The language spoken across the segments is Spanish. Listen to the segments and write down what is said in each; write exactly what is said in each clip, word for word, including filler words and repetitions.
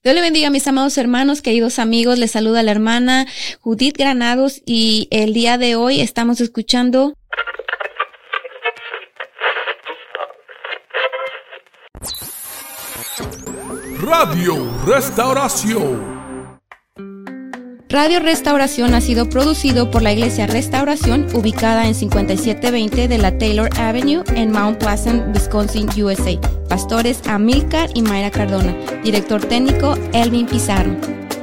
Dios le bendiga, mis amados hermanos, queridos amigos. Les saluda la hermana Judith Granados y el día de hoy estamos escuchando Radio Restauración. Radio Restauración ha sido producido por la Iglesia Restauración, ubicada en cincuenta y siete veinte de la Taylor Avenue en Mount Pleasant, Wisconsin, U S A. Pastores Amílcar y Mayra Cardona. Director técnico Elvin Pizarro.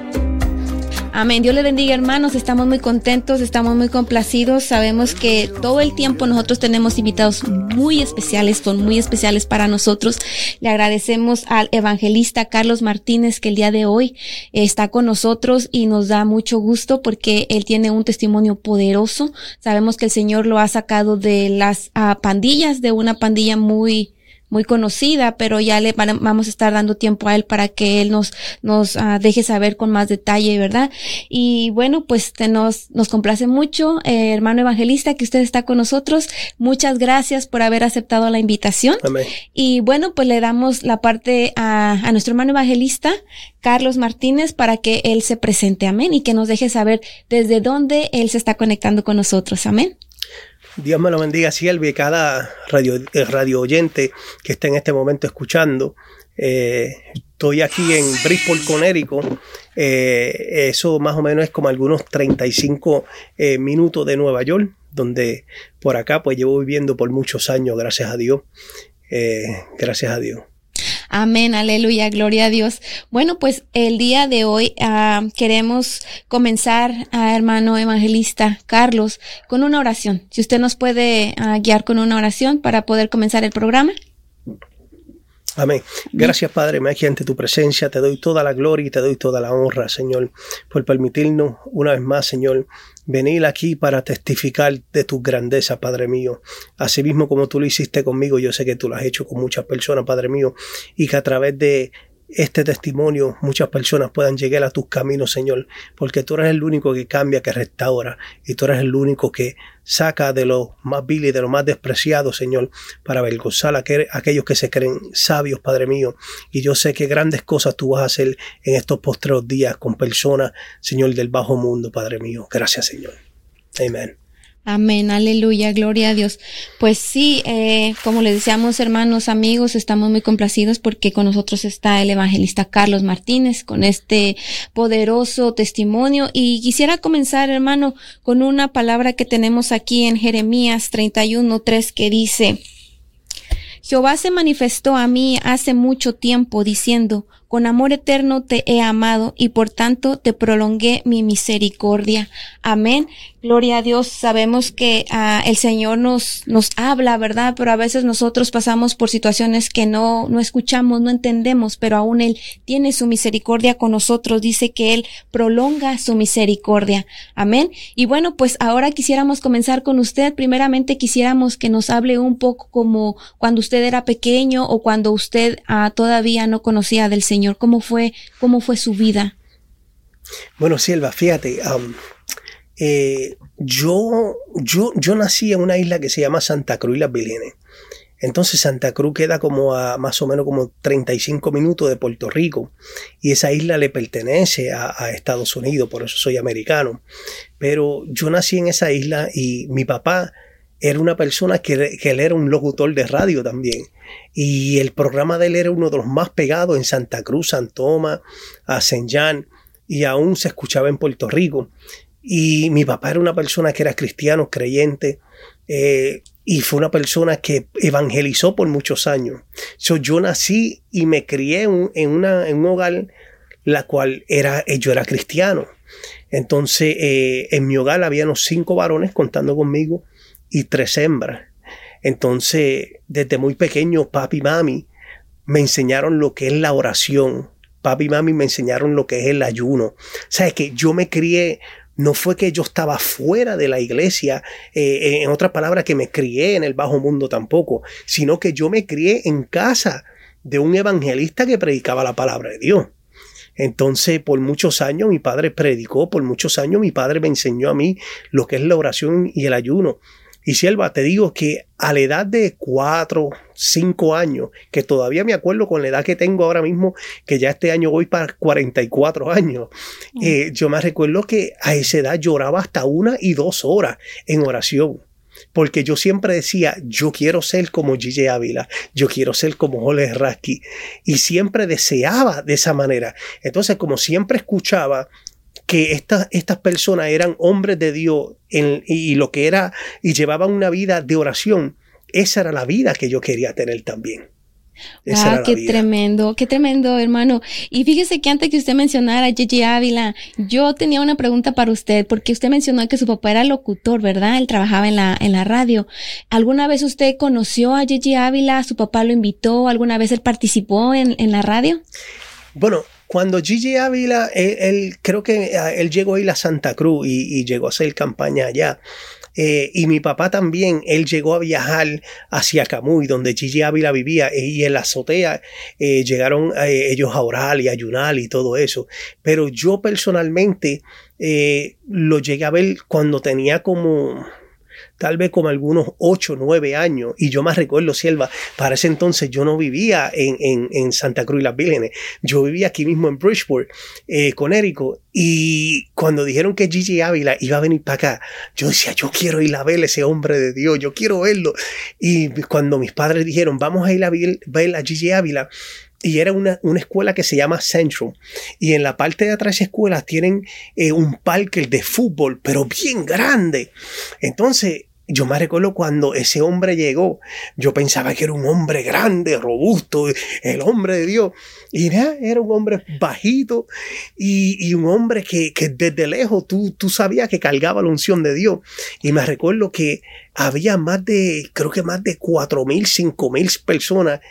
Amén. Dios le bendiga, hermanos. Estamos muy contentos, estamos muy complacidos. Sabemos que todo el tiempo nosotros tenemos invitados muy especiales, son muy especiales para nosotros. Le agradecemos al evangelista Carlos Martínez, que el día de hoy está con nosotros y nos da mucho gusto porque él tiene un testimonio poderoso. Sabemos que el Señor lo ha sacado de las uh, pandillas, de una pandilla muy muy conocida, pero ya le vamos a estar dando tiempo a él para que él nos nos uh, deje saber con más detalle, ¿verdad? Y bueno, pues te nos nos complace mucho, eh, hermano evangelista, que usted está con nosotros. Muchas gracias por haber aceptado la invitación. Amén. Y bueno, pues le damos la parte a, a nuestro hermano evangelista, Carlos Martínez, para que él se presente, amén, y que nos deje saber desde dónde él se está conectando con nosotros, amén. Dios me lo bendiga, Silvia, y cada radio, radio oyente que está en este momento escuchando. Eh, estoy aquí en Bridgeport, Connecticut. Eh, eso más o menos es como algunos treinta y cinco eh, minutos de Nueva York, donde por acá pues llevo viviendo por muchos años, gracias a Dios. Eh, gracias a Dios. Amén, aleluya, gloria a Dios. Bueno, pues el día de hoy uh, queremos comenzar, uh, hermano evangelista Carlos, con una oración. Si usted nos puede uh, guiar con una oración para poder comenzar el programa. Amén. Gracias, Padre, me aquí ante tu presencia. Te doy toda la gloria y te doy toda la honra, Señor, por permitirnos una vez más, Señor, venir aquí para testificar de tu grandeza, Padre mío. Asimismo como tú lo hiciste conmigo, yo sé que tú lo has hecho con muchas personas, Padre mío, y que a través de este testimonio muchas personas puedan llegar a tus caminos, Señor, porque tú eres el único que cambia, que restaura, y tú eres el único que saca de lo más vil y de lo más despreciado, Señor, para avergonzar a aquellos que se creen sabios, Padre mío. Y yo sé que grandes cosas tú vas a hacer en estos postreros días con personas, Señor, del bajo mundo, Padre mío. Gracias, Señor. Amén. Amén, aleluya, gloria a Dios. Pues sí, eh, como les decíamos, hermanos, amigos, estamos muy complacidos porque con nosotros está el evangelista Carlos Martínez con este poderoso testimonio. Y quisiera comenzar, hermano, con una palabra que tenemos aquí en Jeremías treinta y uno, tres, que dice: Jehová se manifestó a mí hace mucho tiempo diciendo, con amor eterno te he amado y por tanto te prolongué mi misericordia. Amén. Gloria a Dios. Sabemos que uh, el Señor nos nos habla, ¿verdad? Pero a veces nosotros pasamos por situaciones que no no escuchamos, no entendemos, pero aún Él tiene su misericordia con nosotros. Dice que Él prolonga su misericordia. Amén. Y bueno, pues ahora quisiéramos comenzar con usted. Primeramente quisiéramos que nos hable un poco como cuando usted era pequeño o cuando usted uh, todavía no conocía del Señor. ¿Cómo fue, cómo fue su vida? Bueno, Silva, fíjate, um, eh, yo, yo, yo nací en una isla que se llama Santa Cruz y las Vírgenes. Entonces Santa Cruz queda como a más o menos como treinta y cinco minutos de Puerto Rico y esa isla le pertenece a, a Estados Unidos, por eso soy americano. Pero yo nací en esa isla y mi papá era una persona que, que él era un locutor de radio también. Y el programa de él era uno de los más pegados en Santa Cruz, San Tomás, a Saint Jean, y aún se escuchaba en Puerto Rico. Y mi papá era una persona que era cristiano, creyente, eh, y fue una persona que evangelizó por muchos años. So, yo nací y me crié en, en, una, en un hogar la cual era, yo era cristiano. Entonces, eh, en mi hogar había unos cinco varones contando conmigo y tres hembras. Entonces, desde muy pequeño, papi y mami me enseñaron lo que es la oración. Papi y mami me enseñaron lo que es el ayuno. ¿Sabes qué? Yo me crié, no fue que yo estaba fuera de la iglesia, eh, en otras palabras, que me crié en el bajo mundo tampoco, sino que yo me crié en casa de un evangelista que predicaba la palabra de Dios. Entonces, por muchos años mi padre predicó, por muchos años mi padre me enseñó a mí lo que es la oración y el ayuno. Y Sierva, te digo que a la edad de cuatro, cinco años, que todavía me acuerdo con la edad que tengo ahora mismo, que ya este año voy para cuarenta y cuatro años, mm. eh, yo me recuerdo que a esa edad lloraba hasta una y dos horas en oración. Porque yo siempre decía, yo quiero ser como Gigi Ávila, yo quiero ser como Jorge Rasky, y siempre deseaba de esa manera. Entonces, como siempre escuchaba que estas, estas personas eran hombres de Dios en, y lo que era, y llevaban una vida de oración, esa era la vida que yo quería tener también. Ah, qué tremendo, qué tremendo, hermano. Y fíjese que antes que usted mencionara a Gigi Ávila, yo tenía una pregunta para usted, porque usted mencionó que su papá era locutor, ¿verdad? Él trabajaba en la, en la radio. ¿Alguna vez usted conoció a Gigi Ávila? ¿Su papá lo invitó? ¿Alguna vez él participó en, en la radio? Bueno, cuando Gigi Ávila, él, él creo que él llegó a ir a Santa Cruz y, y llegó a hacer campaña allá. Eh, y mi papá también, él llegó a viajar hacia Camuy, donde Gigi Ávila vivía, y en la azotea eh, llegaron eh, ellos a orar y a ayunar y todo eso. Pero yo personalmente eh, lo llegué a ver cuando tenía como... tal vez como algunos ocho, nueve años, y yo más recuerdo, Sierva, para ese entonces yo no vivía en, en, en Santa Cruz y las Vírgenes, yo vivía aquí mismo en Bridgeport, eh, Connecticut, y cuando dijeron que Gigi Ávila iba a venir para acá, yo decía, yo quiero ir a ver a ese hombre de Dios, yo quiero verlo, y cuando mis padres dijeron, vamos a ir a ver, ver a Gigi Ávila, y era una, una escuela que se llama Central. Y en la parte de atrás de esa escuela tienen eh, un parque de fútbol, pero bien grande. Entonces, yo me recuerdo cuando ese hombre llegó, yo pensaba que era un hombre grande, robusto, el hombre de Dios. Y nada, era un hombre bajito y, y un hombre que, que desde lejos tú, tú sabías que cargaba la unción de Dios. Y me recuerdo que había más de, creo que más de cuatro mil, cinco mil personas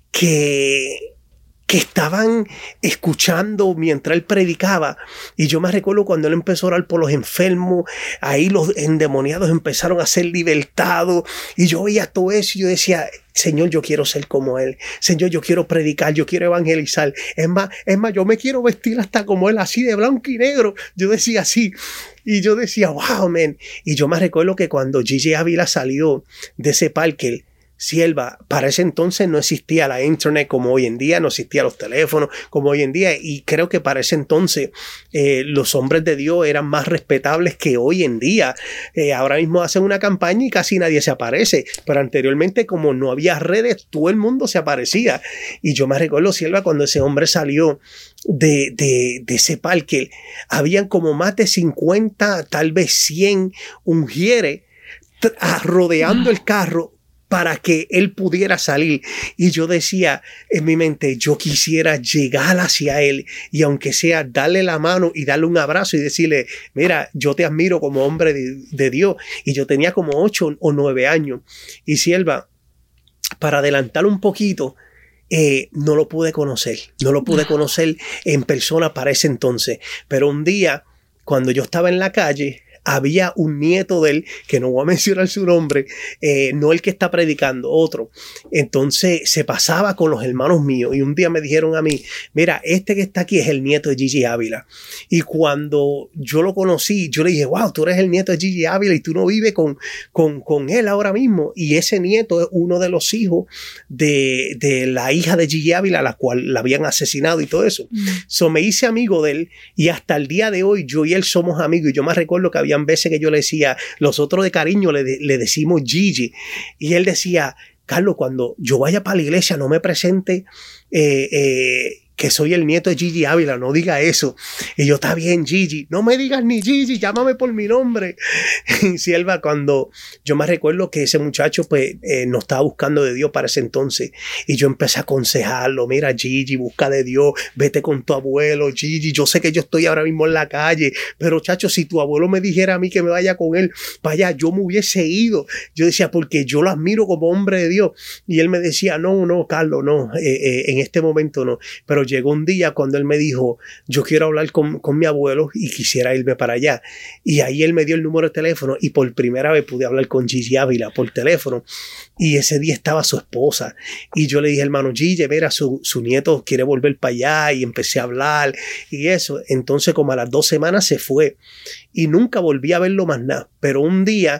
que... que estaban escuchando mientras él predicaba. Y yo me recuerdo cuando él empezó a orar por los enfermos, ahí los endemoniados empezaron a ser libertados, y yo veía todo eso y yo decía, Señor, yo quiero ser como él. Señor, yo quiero predicar, yo quiero evangelizar. Es más, es más, yo me quiero vestir hasta como él, así de blanco y negro. Yo decía así. Y yo decía, wow, man. Y yo me recuerdo que cuando Gigi Ávila salió de ese parque, Sierva, para ese entonces no existía la internet como hoy en día, no existían los teléfonos como hoy en día, y creo que para ese entonces eh, los hombres de Dios eran más respetables que hoy en día. Eh, ahora mismo hacen una campaña y casi nadie se aparece, pero anteriormente, como no había redes, todo el mundo se aparecía. Y yo me recuerdo, Sierva, cuando ese hombre salió de, de, de ese parque, habían como más de cincuenta, tal vez cien ungieres rodeando el carro para que él pudiera salir. Y yo decía en mi mente, yo quisiera llegar hacia él y aunque sea darle la mano y darle un abrazo y decirle, mira, yo te admiro como hombre de, de Dios. Y yo tenía como ocho o nueve años. Y Sierva, para adelantar un poquito, eh, no lo pude conocer. No lo pude conocer en persona para ese entonces. Pero un día, cuando yo estaba en la calle, había un nieto de él, que no voy a mencionar su nombre, eh, no el que está predicando, otro. Entonces se pasaba con los hermanos míos y un día me dijeron a mí, mira, este que está aquí es el nieto de Gigi Ávila. Y cuando yo lo conocí, yo le dije, wow, tú eres el nieto de Gigi Ávila y tú no vives con, con, con él ahora mismo. Y ese nieto es uno de los hijos de, de la hija de Gigi Ávila, la cual la habían asesinado y todo eso. Mm. So me hice amigo de él y hasta el día de hoy yo y él somos amigos. Y yo me recuerdo que había veces que yo le decía, nosotros de cariño le, le decimos Gigi, y él decía, Carlos, cuando yo vaya para la iglesia no me presente eh, eh, que soy el nieto de Gigi Ávila, no diga eso. Y yo, está bien, Gigi, no me digas ni Gigi, llámame por mi nombre. Y Sierva, cuando yo me recuerdo que ese muchacho pues eh, no estaba buscando de Dios para ese entonces, y yo empecé a aconsejarlo, mira Gigi, busca de Dios, vete con tu abuelo, Gigi, yo sé que yo estoy ahora mismo en la calle, pero chacho, si tu abuelo me dijera a mí que me vaya con él para allá, yo me hubiese ido. Yo decía, porque yo lo admiro como hombre de Dios. Y él me decía, no, no, Carlos, no, eh, eh, en este momento no. Pero llegó un día cuando él me dijo, yo quiero hablar con, con mi abuelo y quisiera irme para allá. Y ahí él me dio el número de teléfono y por primera vez pude hablar con Gigi Ávila por teléfono. Y ese día estaba su esposa. Y yo le dije, hermano Gigi, mira, su, su nieto quiere volver para allá, y empecé a hablar y eso. Entonces como a las dos semanas se fue y nunca volví a verlo más nada. Pero un día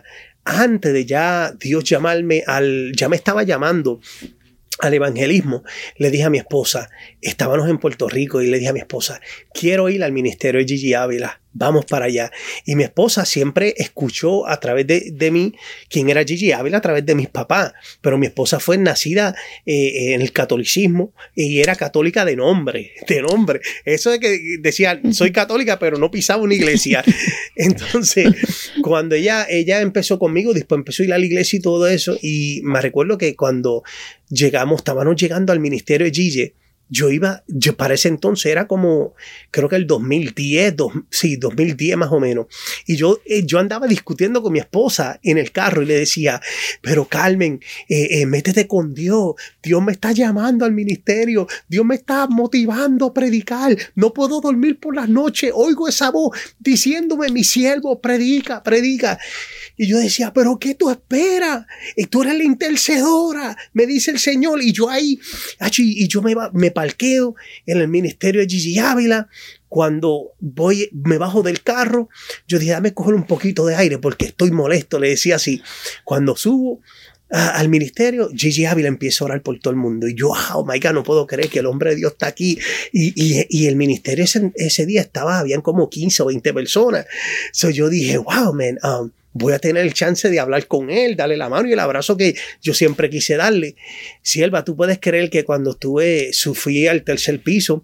antes de ya Dios llamarme al, ya me estaba llamando al evangelismo, le dije a mi esposa, estábamos en Puerto Rico y le dije a mi esposa, quiero ir al ministerio de Gigi Ávila, vamos para allá. Y mi esposa siempre escuchó a través de, de mí quién era Gigi Ávila a través de mis papás, pero mi esposa fue nacida eh, en el catolicismo y era católica de nombre, de nombre. Eso de que decía, soy católica, pero no pisaba una iglesia. Entonces, cuando ella, ella empezó conmigo, después empezó a ir a la iglesia y todo eso, y me recuerdo que cuando llegamos, estábamos llegando al ministerio de Gigi, yo iba, yo para ese entonces era como, creo que el dos mil diez, dos, sí, dos mil diez más o menos. Y yo, eh, yo andaba discutiendo con mi esposa en el carro y le decía, pero Carmen, eh, eh, métete con Dios. Dios me está llamando al ministerio. Dios me está motivando a predicar. No puedo dormir por las noches. Oigo esa voz diciéndome, mi siervo, predica, predica. Y yo decía, pero ¿qué tú esperas? Y tú eres la intercedora, me dice el Señor. Y yo ahí, y yo me, me parqueo en el ministerio de Gigi Ávila. Cuando voy, me bajo del carro, yo dije, dame coger un poquito de aire porque estoy molesto. Le decía así. Cuando subo a, al ministerio, Gigi Ávila empieza a orar por todo el mundo. Y yo, oh my God, no puedo creer que el hombre de Dios está aquí. Y, y, y el ministerio ese, ese día estaba, habían como quince o veinte personas. So yo dije, wow, man, um, voy a tener el chance de hablar con él, darle la mano y el abrazo que yo siempre quise darle. Sierva, tú puedes creer que cuando estuve, subí al tercer piso,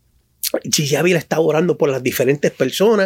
Gigi Ávila estaba orando por las diferentes personas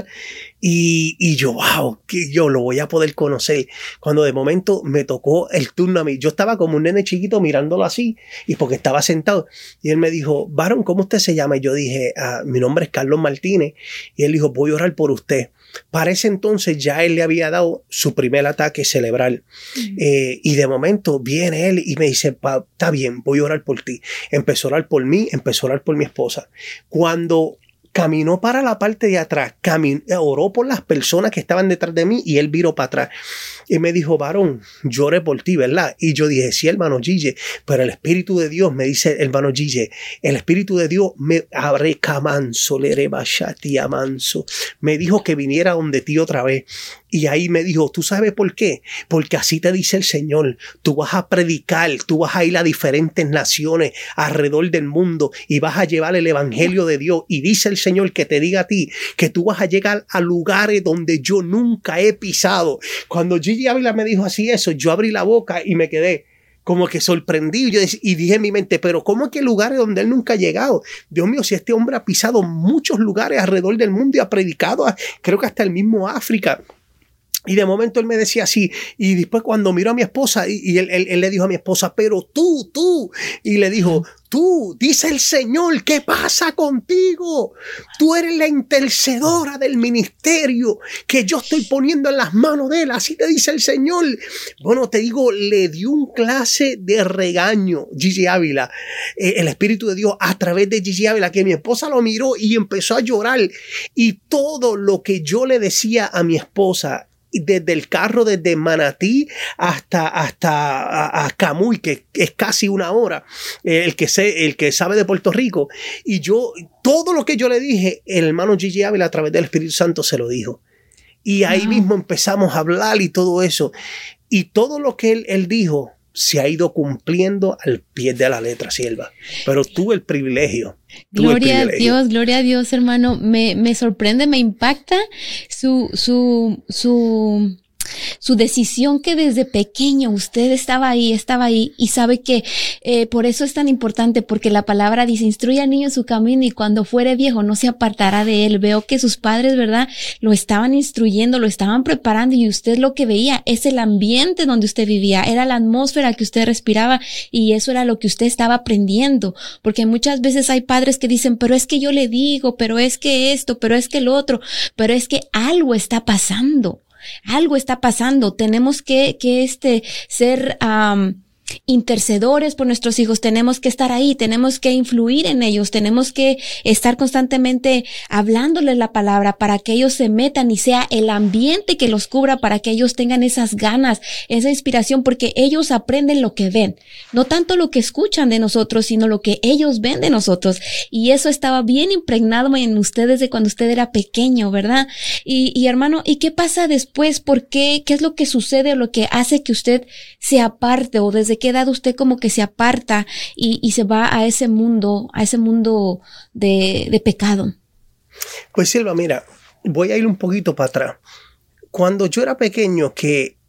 y, y yo, wow, que yo lo voy a poder conocer. Cuando de momento me tocó el turno a mí, yo estaba como un nene chiquito mirándolo así y porque estaba sentado y él me dijo, varón, ¿cómo usted se llama? Y yo dije, ah, mi nombre es Carlos Martínez, y él dijo, voy a orar por usted. Para ese entonces ya él le había dado su primer ataque cerebral. Mm. Eh, y de momento viene él y me dice, está bien, voy a orar por ti. Empezó a orar por mí, empezó a orar por mi esposa. Cuando caminó para la parte de atrás, caminó, oró por las personas que estaban detrás de mí y él viró para atrás. Y me dijo, varón, lloré por ti, ¿verdad? Y yo dije, sí, hermano Gigi, pero el Espíritu de Dios, me dice hermano Gigi, el Espíritu de Dios me abre camanso, le bashati amanso. Me dijo que viniera donde ti otra vez. Y ahí me dijo, ¿tú sabes por qué? Porque así te dice el Señor. Tú vas a predicar, tú vas a ir a diferentes naciones alrededor del mundo y vas a llevar el evangelio de Dios. Y dice el Señor que te diga a ti que tú vas a llegar a lugares donde yo nunca he pisado. Cuando Gigi Ávila me dijo así eso, yo abrí la boca y me quedé como que sorprendido. Yo y dije en mi mente, pero ¿cómo es que lugares donde él nunca ha llegado? Dios mío, si este hombre ha pisado muchos lugares alrededor del mundo y ha predicado, creo que hasta el mismo África. Y de momento él me decía así, y después cuando miró a mi esposa, y, y él, él, él le dijo a mi esposa, pero tú, tú, y le dijo, tú, dice el Señor, ¿qué pasa contigo? Tú eres la intercedora del ministerio que yo estoy poniendo en las manos de él, así te dice el Señor. Bueno, te digo, le dio un clase de regaño Gigi Ávila, eh, el Espíritu de Dios a través de Gigi Ávila, que mi esposa lo miró y empezó a llorar, y todo lo que yo le decía a mi esposa, desde el carro, desde Manatí hasta, hasta a, a Camuy, que es casi una hora, eh, el, que sé, el que sabe de Puerto Rico. Y yo, todo lo que yo le dije, el hermano Gigi Ávila a través del Espíritu Santo se lo dijo. Y ahí wow. mismo empezamos a hablar y todo eso. Y todo lo que él, él dijo se ha ido cumpliendo al pie de la letra, sierva. Pero tuve el privilegio. Gloria a Dios, gloria a Dios, hermano. Me, me sorprende, me impacta su, su, su, su decisión que desde pequeño usted estaba ahí, estaba ahí y sabe que eh, por eso es tan importante, porque la palabra dice, instruye al niño en su camino y cuando fuere viejo no se apartará de él. Veo que sus padres, ¿verdad? Lo estaban instruyendo, lo estaban preparando y usted lo que veía es el ambiente donde usted vivía, era la atmósfera que usted respiraba y eso era lo que usted estaba aprendiendo, porque muchas veces hay padres que dicen, pero es que yo le digo, pero es que esto, pero es que lo otro, pero es que algo está pasando. Algo está pasando. Tenemos que, que este, ser, um, intercedores por nuestros hijos, tenemos que estar ahí, tenemos que influir en ellos, tenemos que estar constantemente hablándoles la palabra para que ellos se metan y sea el ambiente que los cubra para que ellos tengan esas ganas, esa inspiración, porque ellos aprenden lo que ven, no tanto lo que escuchan de nosotros, sino lo que ellos ven de nosotros. Y eso estaba bien impregnado en ustedes de cuando usted era pequeño, ¿verdad? Y, y hermano, ¿y qué pasa después? ¿Por qué? ¿Qué es lo que sucede o lo que hace que usted se aparte, o desde qué edad usted como que se aparta y, y se va a ese mundo, a ese mundo de, de pecado? Pues Silva, mira, voy a ir un poquito para atrás. Cuando yo era pequeño, que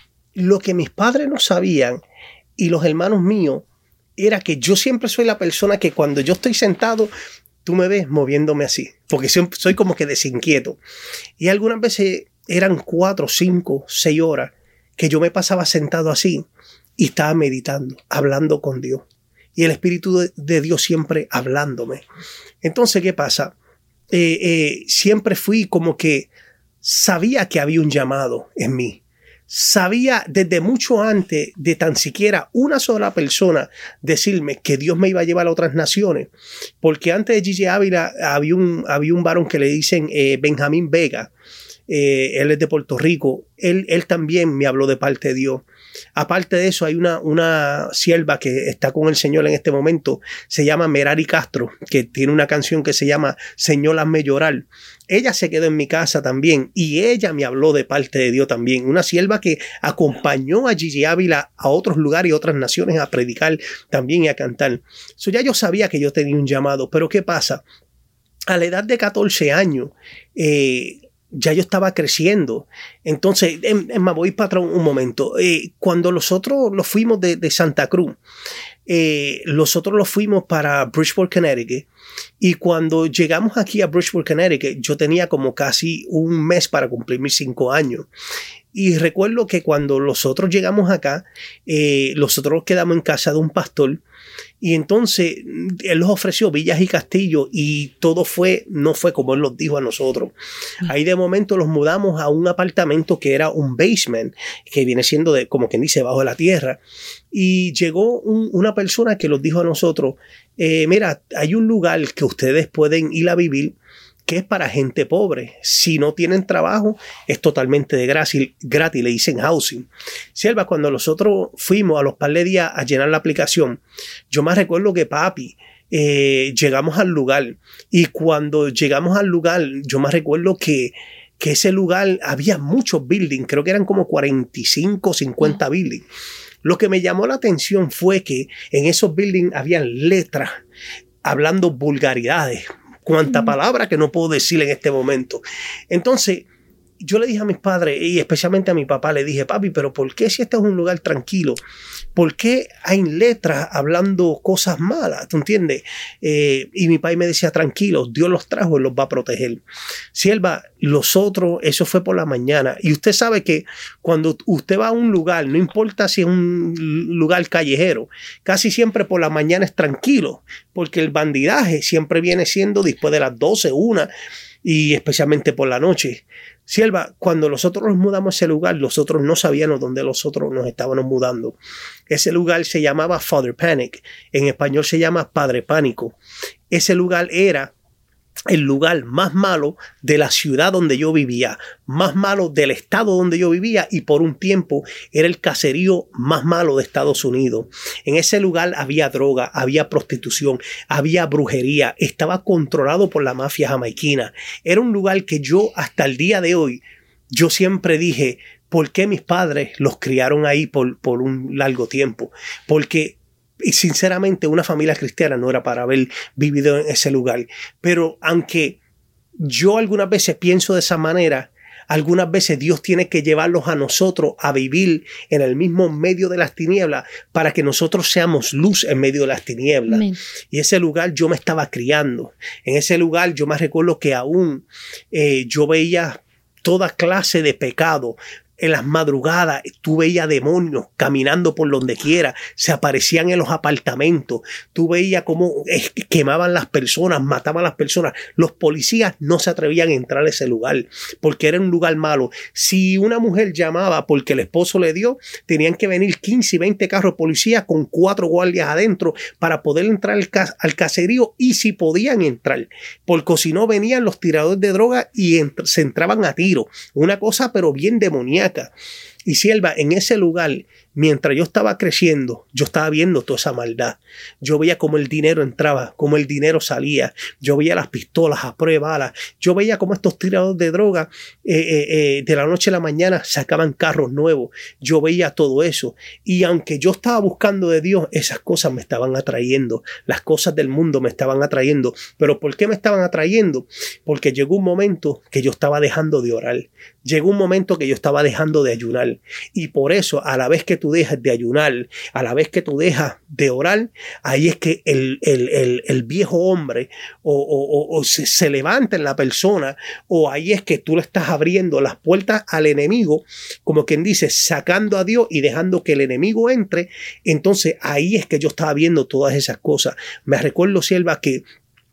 lo que mis padres no sabían y los hermanos míos era que yo siempre soy la persona que cuando yo estoy sentado, tú me ves moviéndome así, porque soy como que desinquieto. Y algunas veces eran cuatro, cinco, seis horas que yo me pasaba sentado así y estaba meditando, hablando con Dios. Y el Espíritu de, de Dios siempre hablándome. Entonces, ¿qué pasa? Eh, eh, siempre fui como que sabía que había un llamado en mí. Sabía desde mucho antes de tan siquiera una sola persona decirme que Dios me iba a llevar a otras naciones. Porque antes de Gigi Ávila había un, había un varón que le dicen eh, Benjamín Vega. Eh, él es de Puerto Rico. Él, él también me habló de parte de Dios. Aparte de eso, hay una, una sierva que está con el Señor en este momento, se llama Merari Castro, que tiene una canción que se llama Señor, hazme llorar. Ella se quedó en mi casa también y ella me habló de parte de Dios también. Una sierva que acompañó a Gigi Ávila a otros lugares y otras naciones a predicar también y a cantar. So, ya yo sabía que yo tenía un llamado, pero ¿qué pasa? A la edad de catorce años, eh, ya yo estaba creciendo. Entonces, me voy para atrás un momento. Eh, cuando nosotros nos fuimos de, de Santa Cruz, eh, nosotros nos fuimos para Bridgeport, Connecticut. Y cuando llegamos aquí a Bridgeport, Connecticut, yo tenía como casi un mes para cumplir mis cinco años. Y recuerdo que cuando nosotros llegamos acá, eh, nosotros quedamos en casa de un pastor. Y entonces él nos ofreció villas y castillos y todo fue, no fue como él nos dijo a nosotros. Ahí de momento los mudamos a un apartamento que era un basement, que viene siendo de, como quien dice, bajo de la tierra. Y llegó un, una persona que nos dijo a nosotros, eh, mira, hay un lugar que ustedes pueden ir a vivir que es para gente pobre. Si no tienen trabajo, es totalmente de gratis, gratis, le dicen housing. Sierva, cuando nosotros fuimos a los par de días a llenar la aplicación, yo me recuerdo que papi, eh, llegamos al lugar y cuando llegamos al lugar, yo me recuerdo que que ese lugar había muchos buildings, creo que eran como cuarenta y cinco, cincuenta mm. buildings. Lo que me llamó la atención fue que en esos buildings habían letras hablando vulgaridades, cuánta palabra que no puedo decir en este momento. Entonces, yo le dije a mis padres y especialmente a mi papá, le dije, papi, pero ¿por qué si este es un lugar tranquilo? ¿Por qué hay letras hablando cosas malas? ¿Tú entiendes? Eh, y mi padre me decía, tranquilo, Dios los trajo, Él los va a proteger. Sierva, los otros, eso fue por la mañana. Y usted sabe que cuando usted va a un lugar, no importa si es un lugar callejero, casi siempre por la mañana es tranquilo, porque el bandidaje siempre viene siendo después de las doce, una, y especialmente por la noche. Sierva, cuando nosotros nos mudamos a ese lugar, nosotros no sabíamos dónde nosotros nos estábamos mudando. Ese lugar se llamaba Father Panic. En español se llama Padre Pánico. Ese lugar era el lugar más malo de la ciudad donde yo vivía, más malo del estado donde yo vivía y por un tiempo era el caserío más malo de Estados Unidos. En ese lugar había droga, había prostitución, había brujería, estaba controlado por la mafia jamaiquina. Era un lugar que yo hasta el día de hoy, yo siempre dije, ¿por qué mis padres los criaron ahí por, por un largo tiempo? Porque y sinceramente una familia cristiana no era para haber vivido en ese lugar. Pero aunque yo algunas veces pienso de esa manera, algunas veces Dios tiene que llevarlos a nosotros a vivir en el mismo medio de las tinieblas para que nosotros seamos luz en medio de las tinieblas. Amén. Y ese lugar yo me estaba criando. En ese lugar yo me recuerdo que aún eh, yo veía toda clase de pecado. en las madrugadas tú veías demonios caminando por donde quiera, se aparecían en los apartamentos, tú veías cómo quemaban las personas, mataban a las personas. Los policías no se atrevían a entrar a ese lugar porque era un lugar malo. Si una mujer llamaba porque el esposo le dio, tenían que venir quince y veinte carros de policía con cuatro guardias adentro para poder entrar al, ca al caserío, y si podían entrar, porque si no venían los tiradores de droga y ent se entraban a tiro. Una cosa pero bien demoníaca. Y sierva, en ese lugar, mientras yo estaba creciendo, yo estaba viendo toda esa maldad. Yo veía cómo el dinero entraba, cómo el dinero salía. Yo veía las pistolas a prueba de balas. Yo veía cómo estos tiradores de droga eh, eh, eh, de la noche a la mañana sacaban carros nuevos. Yo veía todo eso. Y aunque yo estaba buscando de Dios, esas cosas me estaban atrayendo. Las cosas del mundo me estaban atrayendo. ¿Pero por qué me estaban atrayendo? Porque llegó un momento que yo estaba dejando de orar. Llegó un momento que yo estaba dejando de ayunar. Y por eso, a la vez que tú dejas de ayunar, a la vez que tú dejas de orar, ahí es que el, el, el, el viejo hombre o, o, o se, se levanta en la persona, o ahí es que tú le estás abriendo las puertas al enemigo, como quien dice, sacando a Dios y dejando que el enemigo entre. Entonces ahí es que yo estaba viendo todas esas cosas. Me recuerdo, sierva, que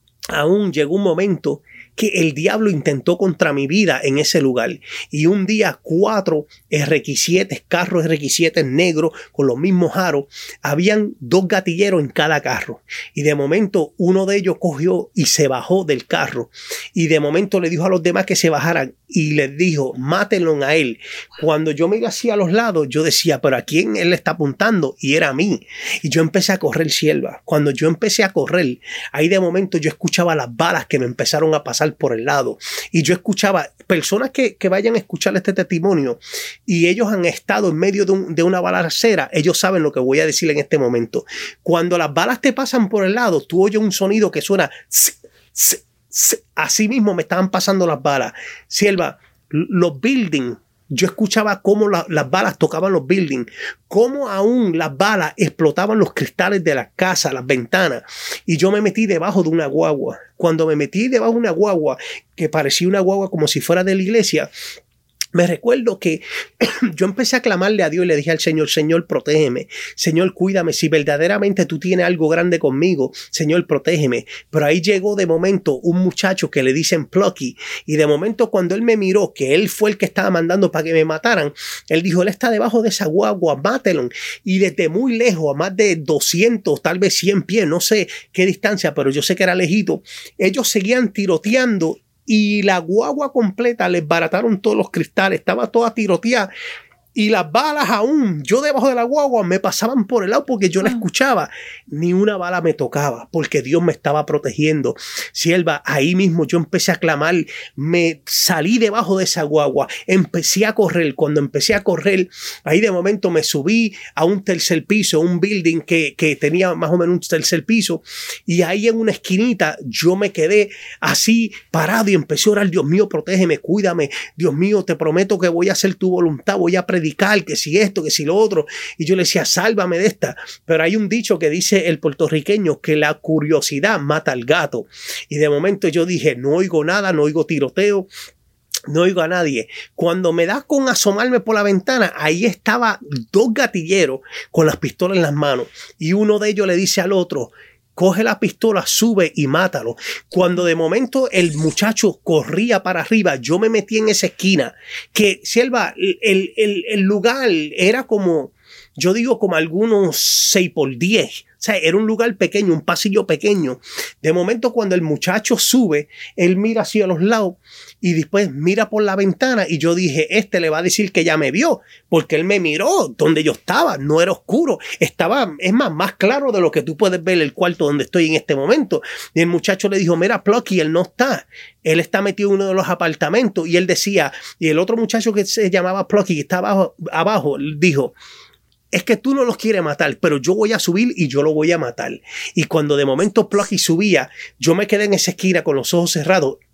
aún llegó un momento que el diablo intentó contra mi vida en ese lugar. Y un día cuatro R X siete, carros R X siete negros con los mismos aros, habían dos gatilleros en cada carro. Y de momento uno de ellos cogió y se bajó del carro. Y de momento le dijo a los demás que se bajaran y les dijo, mátenlo a él. Cuando yo me iba hacia los lados, yo decía, pero ¿a quién él le está apuntando? Y era a mí. Y yo empecé a correr, sierva. Cuando yo empecé a correr, ahí de momento yo escuchaba las balas que me empezaron a pasar por el lado, y yo escuchaba personas que, que vayan a escuchar este testimonio y ellos han estado en medio de, un, de una balacera, ellos saben lo que voy a decir en este momento. Cuando las balas te pasan por el lado, tú oyes un sonido que suena tss, tss, tss. Así mismo me estaban pasando las balas, sierva. Los buildings, yo escuchaba cómo la, las balas tocaban los buildings, cómo aún las balas explotaban los cristales de las casas, las ventanas. Y yo me metí debajo de una guagua. Cuando me metí debajo de una guagua, que parecía una guagua como si fuera de la iglesia, me recuerdo que yo empecé a clamarle a Dios y le dije al Señor, Señor, protégeme. Señor, cuídame. Si verdaderamente tú tienes algo grande conmigo, Señor, protégeme. Pero ahí llegó de momento un muchacho que le dicen Plucky. Y de momento cuando él me miró, que él fue el que estaba mandando para que me mataran, él dijo, él está debajo de esa guagua, mátelo. Y desde muy lejos, a más de doscientos, tal vez cien pies, no sé qué distancia, pero yo sé que era lejito, ellos seguían tiroteando. Y la guagua completa les barataron todos los cristales, estaba toda tiroteada. Y las balas aún, yo debajo de la guagua, me pasaban por el lado porque yo la escuchaba. Ni una bala me tocaba porque Dios me estaba protegiendo. Sierva, ahí mismo yo empecé a clamar, me salí debajo de esa guagua, empecé a correr. Cuando empecé a correr, ahí de momento me subí a un tercer piso, un building que, que tenía más o menos un tercer piso. Y ahí en una esquinita yo me quedé así parado y empecé a orar, Dios mío, protégeme, cuídame. Dios mío, te prometo que voy a hacer tu voluntad, voy a predicar, que si esto, que si lo otro. Y yo le decía, sálvame de esta. Pero hay un dicho que dice el puertorriqueño que la curiosidad mata al gato. Y de momento yo dije, no oigo nada, no oigo tiroteo, no oigo a nadie. Cuando me da con asomarme por la ventana, ahí estaba dos gatilleros con las pistolas en las manos. Y uno de ellos le dice al otro, coge la pistola, sube y mátalo. Cuando de momento el muchacho corría para arriba, yo me metí en esa esquina, que, sierva, el, el, el lugar era como, yo digo como algunos seis por diez. O sea, era un lugar pequeño, un pasillo pequeño. De momento, cuando el muchacho sube, él mira hacia los lados y después mira por la ventana y yo dije, este le va a decir que ya me vio, porque él me miró donde yo estaba, no era oscuro, estaba, es más, más claro de lo que tú puedes ver el cuarto donde estoy en este momento. Y el muchacho le dijo, mira, Plucky, él no está, él está metido en uno de los apartamentos. Y él decía, y el otro muchacho que se llamaba Plucky, que estaba abajo, abajo dijo, es que tú no los quieres matar, pero yo voy a subir y yo lo voy a matar. Y cuando de momento Plucky subía, yo me quedé en esa esquina con los ojos cerrados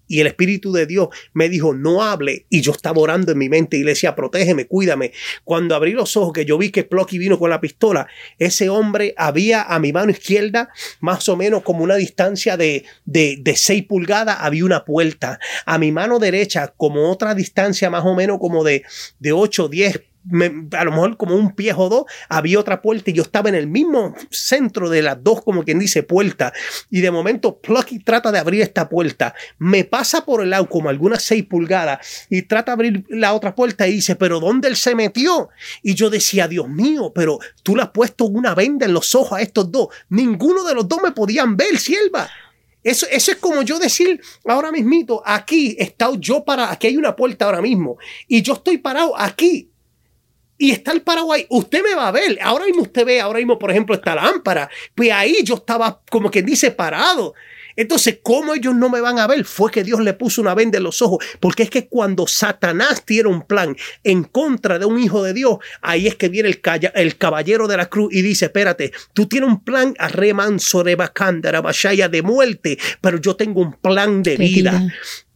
Y el Espíritu de Dios me dijo, no hable. Y yo estaba orando en mi mente y le decía, protégeme, cuídame. Cuando abrí los ojos, que yo vi que Plucky vino con la pistola, ese hombre había a mi mano izquierda, más o menos como una distancia de, de, de seis pulgadas, había una puerta. A mi mano derecha, como otra distancia más o menos como de, de ocho, diez, Me, a lo mejor como un pie o dos, había otra puerta y yo estaba en el mismo centro de las dos, como quien dice, puerta. Y de momento Plucky trata de abrir esta puerta, me pasa por el lado como algunas seis pulgadas y trata de abrir la otra puerta y dice, pero ¿dónde él se metió? Y yo decía, Dios mío, pero tú le has puesto una venda en los ojos a estos dos. Ninguno de los dos me podían ver, sierva. Eso, eso es como yo decir ahora mismito, aquí está yo para, aquí hay una puerta ahora mismo y yo estoy parado aquí. Y está el Paraguay, usted me va a ver. Ahora mismo usted ve, ahora mismo, por ejemplo, esta lámpara. Pues ahí yo estaba, como quien dice, parado. Entonces, ¿cómo ellos no me van a ver? Fue que Dios le puso una venda en los ojos. Porque es que cuando Satanás tiene un plan en contra de un hijo de Dios, ahí es que viene el, calla, el caballero de la cruz y dice, espérate, tú tienes un plan a remanso de bacándara, bashaya, de muerte, pero yo tengo un plan de vida.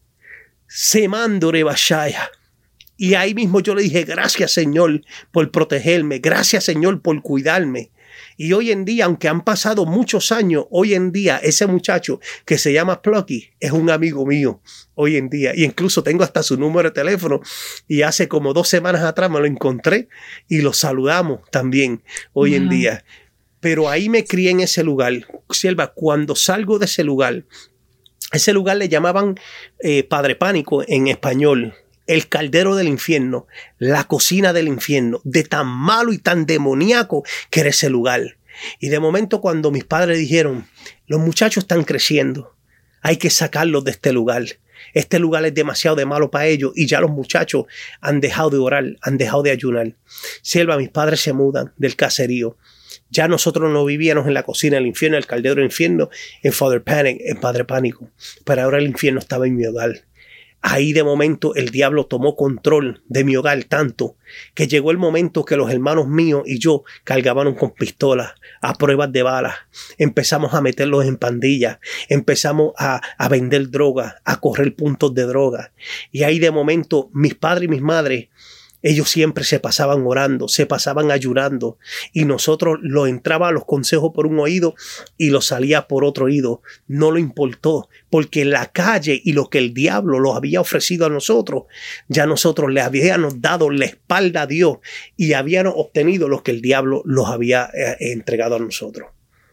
Se mando de bashaya. Y ahí mismo yo le dije, gracias Señor por protegerme, gracias Señor por cuidarme. Y hoy en día, aunque han pasado muchos años, hoy en día ese muchacho que se llama Plucky es un amigo mío hoy en día. Y incluso tengo hasta su número de teléfono y hace como dos semanas atrás me lo encontré y lo saludamos también hoy wow. en día. Pero ahí me crié en ese lugar. Sierva, cuando salgo de ese lugar, ese lugar le llamaban eh, Padre Pánico en español. El caldero del infierno, la cocina del infierno, de tan malo y tan demoníaco que era ese lugar. Y de momento cuando mis padres dijeron, los muchachos están creciendo, hay que sacarlos de este lugar. Este lugar es demasiado de malo para ellos y ya los muchachos han dejado de orar, han dejado de ayunar. Sierva, mis padres se mudan del caserío. Ya nosotros no vivíamos en la cocina del infierno, el caldero del infierno, en Father Panic, en Padre Pánico. Pero ahora el infierno estaba en mi hogar. Ahí de momento el diablo tomó control de mi hogar tanto que llegó el momento que los hermanos míos y yo cargábamos con pistolas a pruebas de balas. Empezamos a meterlos en pandillas, empezamos a, a vender drogas, a correr puntos de droga. Y ahí de momento mis padres y mis madres, ellos siempre se pasaban orando, se pasaban ayunando y nosotros lo entraba a los consejos por un oído y lo salía por otro oído. No lo importó porque la calle y lo que el diablo los había ofrecido a nosotros, ya nosotros le habíamos dado la espalda a Dios y habíamos obtenido lo que el diablo los había eh, entregado a nosotros.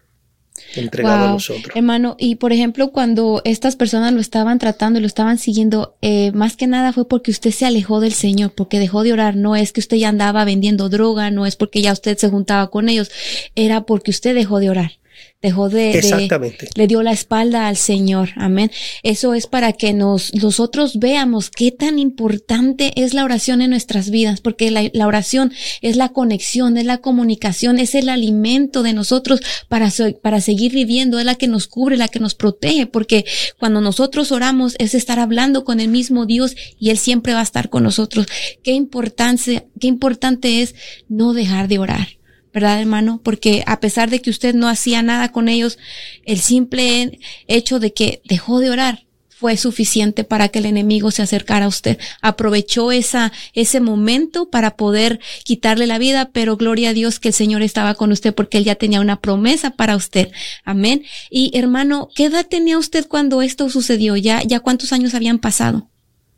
Entregado wow, a nosotros. Hermano, y por ejemplo, cuando estas personas lo estaban tratando y lo estaban siguiendo, eh, más que nada fue porque usted se alejó del Señor, porque dejó de orar. No es que usted ya andaba vendiendo droga, no es porque ya usted se juntaba con ellos, era porque usted dejó de orar. Dejó de, Exactamente. de, le dio la espalda al Señor. Amén. Eso es para que nos, nosotros veamos qué tan importante es la oración en nuestras vidas, porque la, la oración es la conexión, es la comunicación, es el alimento de nosotros para, para seguir viviendo, es la que nos cubre, la que nos protege, porque cuando nosotros oramos es estar hablando con el mismo Dios y Él siempre va a estar con nosotros. Qué importancia, qué importante es no dejar de orar. ¿Verdad, hermano? Porque a pesar de que usted no hacía nada con ellos, el simple hecho de que dejó de orar fue suficiente para que el enemigo se acercara a usted. Aprovechó esa, ese momento para poder quitarle la vida, pero gloria a Dios que el Señor estaba con usted porque Él ya tenía una promesa para usted. Amén. Y hermano, ¿qué edad tenía usted cuando esto sucedió? ¿Ya, ya cuántos años habían pasado?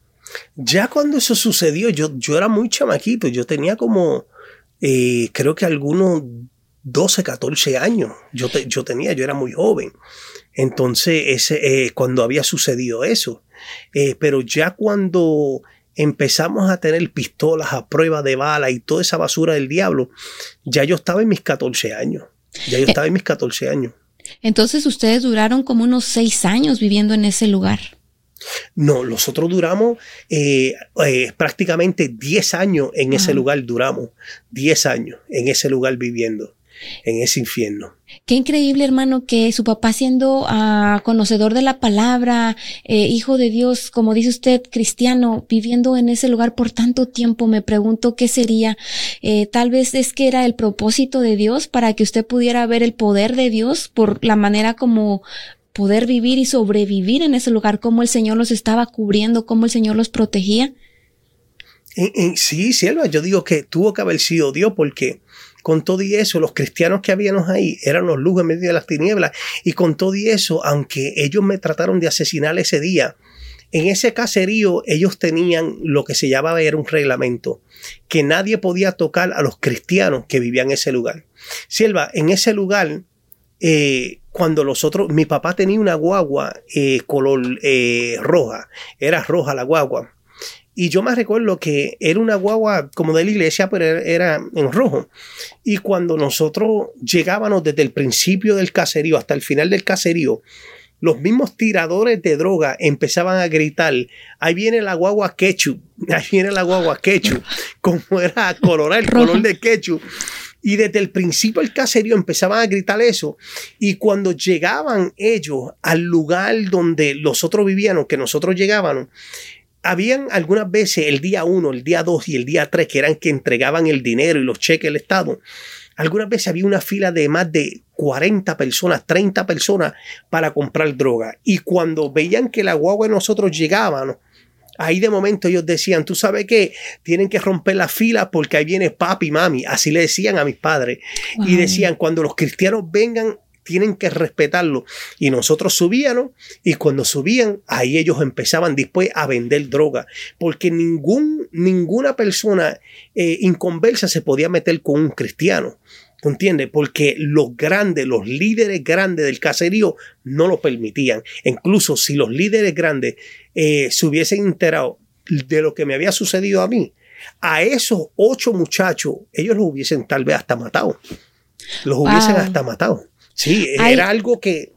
Ya cuando eso sucedió, yo, yo era muy chamaquito. Yo tenía como... Eh, creo que algunos doce, catorce años yo, te, yo tenía, yo era muy joven. Entonces, ese, eh, cuando había sucedido eso. Eh, pero ya cuando empezamos a tener pistolas a prueba de bala y toda esa basura del diablo, ya yo estaba en mis catorce años. Ya yo estaba en mis catorce años. Entonces, ustedes duraron como unos seis años viviendo en ese lugar. No, nosotros duramos eh, eh, prácticamente diez años en ese lugar, duramos diez años en ese lugar viviendo, en ese infierno. Qué increíble, hermano, que su papá siendo uh, conocedor de la palabra, eh, hijo de Dios, como dice usted, cristiano, viviendo en ese lugar por tanto tiempo. Me pregunto qué sería. Eh, tal vez es que era el propósito de Dios para que usted pudiera ver el poder de Dios por la manera como poder vivir y sobrevivir en ese lugar, cómo el Señor los estaba cubriendo, cómo el Señor los protegía. En, en, sí, Silva, yo digo que tuvo que haber sido Dios, porque con todo y eso, los cristianos que habíamos ahí eran los luz en medio de las tinieblas. Y con todo y eso, aunque ellos me trataron de asesinar ese día, en ese caserío ellos tenían lo que se llamaba, era un reglamento, que nadie podía tocar a los cristianos que vivían en ese lugar. Silva, en ese lugar, eh, cuando los otros, mi papá tenía una guagua eh, color eh, roja, era roja la guagua. Y yo me recuerdo que era una guagua como de la iglesia, pero era en rojo. Y cuando nosotros llegábamos desde el principio del caserío hasta el final del caserío, los mismos tiradores de droga empezaban a gritar, ahí viene la guagua ketchup, ahí viene la guagua ketchup, como era colorar el color de ketchup. Y desde el principio del caserío empezaban a gritar eso. Y cuando llegaban ellos al lugar donde los otros vivían, que nosotros llegábamos, habían algunas veces el día uno, el día dos y el día tres, que eran que entregaban el dinero y los cheques del Estado. Algunas veces había una fila de más de cuarenta personas, treinta personas para comprar droga. Y cuando veían que la guagua de nosotros llegaban, ahí de momento ellos decían, tú sabes qué, tienen que romper la fila porque ahí viene papi y mami. Así le decían a mis padres. Wow. Y decían, cuando los cristianos vengan, tienen que respetarlo. Y nosotros subíamos, y cuando subían, ahí ellos empezaban después a vender droga, porque ningún, ninguna persona eh, inconversa se podía meter con un cristiano. ¿Tú entiendes? Porque los grandes, los líderes grandes del caserío no lo permitían. Incluso si los líderes grandes eh, se hubiesen enterado de lo que me había sucedido a mí, a esos ocho muchachos, ellos los hubiesen tal vez hasta matado. Los hubiesen wow. hasta matado. Sí, Ay, era algo que...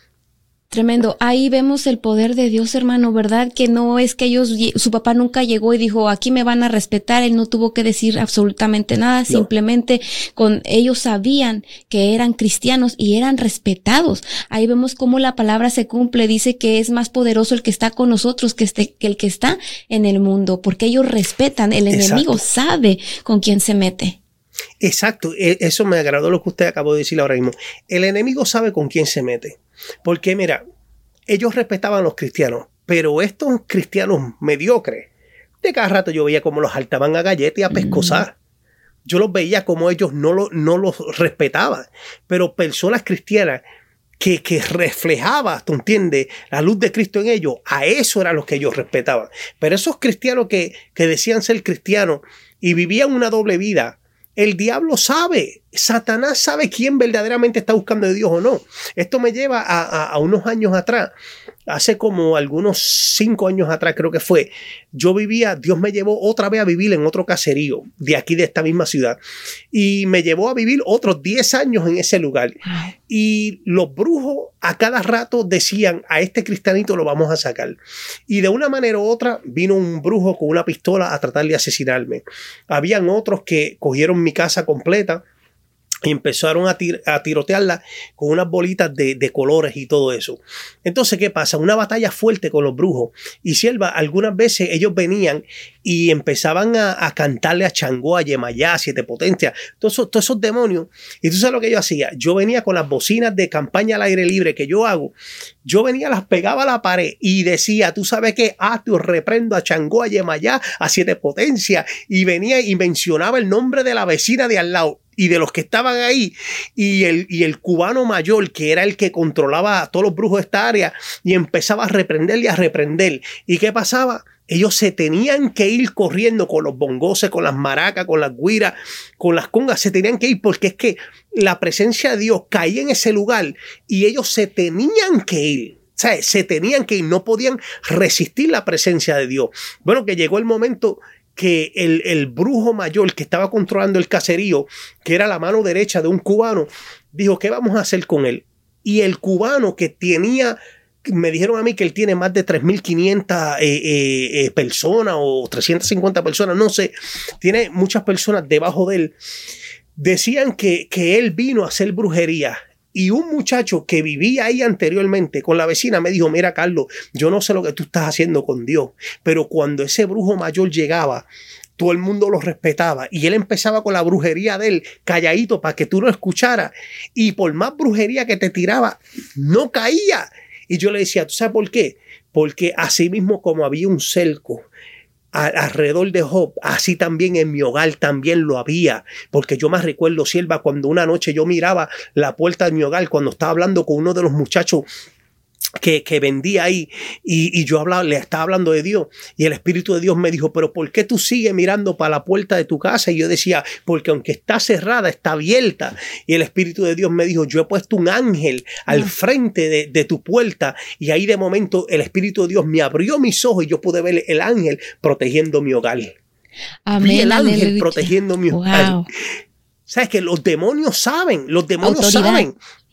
Tremendo. Ahí vemos el poder de Dios, hermano, ¿verdad? Que no es que ellos, su papá nunca llegó y dijo, aquí me van a respetar. Él no tuvo que decir absolutamente nada. No. Simplemente con ellos sabían que eran cristianos y eran respetados. Ahí vemos cómo la palabra se cumple. Dice que es más poderoso el que está con nosotros que, este, que el que está en el mundo, porque ellos respetan. El Exacto. enemigo sabe con quién se mete. Exacto, eso me agradó lo que usted acabó de decir ahora mismo. El enemigo sabe con quién se mete, porque mira, ellos respetaban a los cristianos, pero estos cristianos mediocres, de cada rato yo veía cómo los saltaban a galletas y a pescosar. Yo los veía como ellos no, lo, no los respetaban, pero personas cristianas que, que reflejaban, ¿tú entiendes?, la luz de Cristo en ellos, a eso eran los que ellos respetaban. Pero esos cristianos que, que decían ser cristianos y vivían una doble vida, el diablo sabe, Satanás sabe quién verdaderamente está buscando de Dios o no. Esto me lleva a, a, a unos años atrás, hace como algunos cinco años atrás creo que fue. Yo vivía, Dios me llevó otra vez a vivir en otro caserío de aquí de esta misma ciudad. Y me llevó a vivir otros diez años en ese lugar. Y los brujos a cada rato decían, a este cristianito lo vamos a sacar. Y de una manera u otra vino un brujo con una pistola a tratar de asesinarme. Habían otros que cogieron mi casa completa y empezaron a, tir a tirotearla con unas bolitas de, de colores y todo eso. Entonces, ¿qué pasa? Una batalla fuerte con los brujos. Y sierva, algunas veces ellos venían y empezaban a, a cantarle a Changó, a Yemayá, a Siete Potencias, todos esos, todos esos demonios. Y tú sabes lo que yo hacía. Yo venía con las bocinas de campaña al aire libre que yo hago. Yo venía, las pegaba a la pared y decía, tú sabes qué, ah, te reprendo a Changó, a Yemayá, a Siete Potencias. Y venía y mencionaba el nombre de la vecina de al lado y de los que estaban ahí, y el, y el cubano mayor, que era el que controlaba a todos los brujos de esta área, y empezaba a reprender y a reprender. ¿Y qué pasaba? Ellos se tenían que ir corriendo con los bongoses, con las maracas, con las guiras, con las congas, se tenían que ir porque es que la presencia de Dios caía en ese lugar y ellos se tenían que ir. O sea, se tenían que ir, no podían resistir la presencia de Dios. Bueno, que llegó el momento que el, el brujo mayor que estaba controlando el caserío, que era la mano derecha de un cubano, dijo, ¿qué vamos a hacer con él? Y el cubano que tenía, me dijeron a mí que él tiene más de tres mil quinientas eh, eh, eh, personas o trescientas cincuenta personas, no sé, tiene muchas personas debajo de él, decían que, que él vino a hacer brujería. Y un muchacho que vivía ahí anteriormente con la vecina me dijo, mira Carlos, yo no sé lo que tú estás haciendo con Dios, pero cuando ese brujo mayor llegaba, todo el mundo lo respetaba y él empezaba con la brujería de él, calladito para que tú lo escucharas, y por más brujería que te tiraba, no caía. Y yo le decía, ¿tú sabes por qué? Porque así mismo como había un cerco a, alrededor de Job, así también en mi hogar también lo había. Porque yo me recuerdo, sierva, cuando una noche yo miraba la puerta de mi hogar, cuando estaba hablando con uno de los muchachos Que, que vendía ahí y, y yo hablaba, le estaba hablando de Dios y el Espíritu de Dios me dijo, pero ¿por qué tú sigues mirando para la puerta de tu casa? Y yo decía, porque aunque está cerrada, está abierta. Y el Espíritu de Dios me dijo, yo he puesto un ángel al no. frente de, de tu puerta. Y ahí de momento el Espíritu de Dios me abrió mis ojos y yo pude ver el ángel protegiendo mi hogar. Amén, Vi el ángel aleluya. protegiendo mi hogar. Wow. ¿Sabes que los demonios saben? Los demonios Autoridad. saben.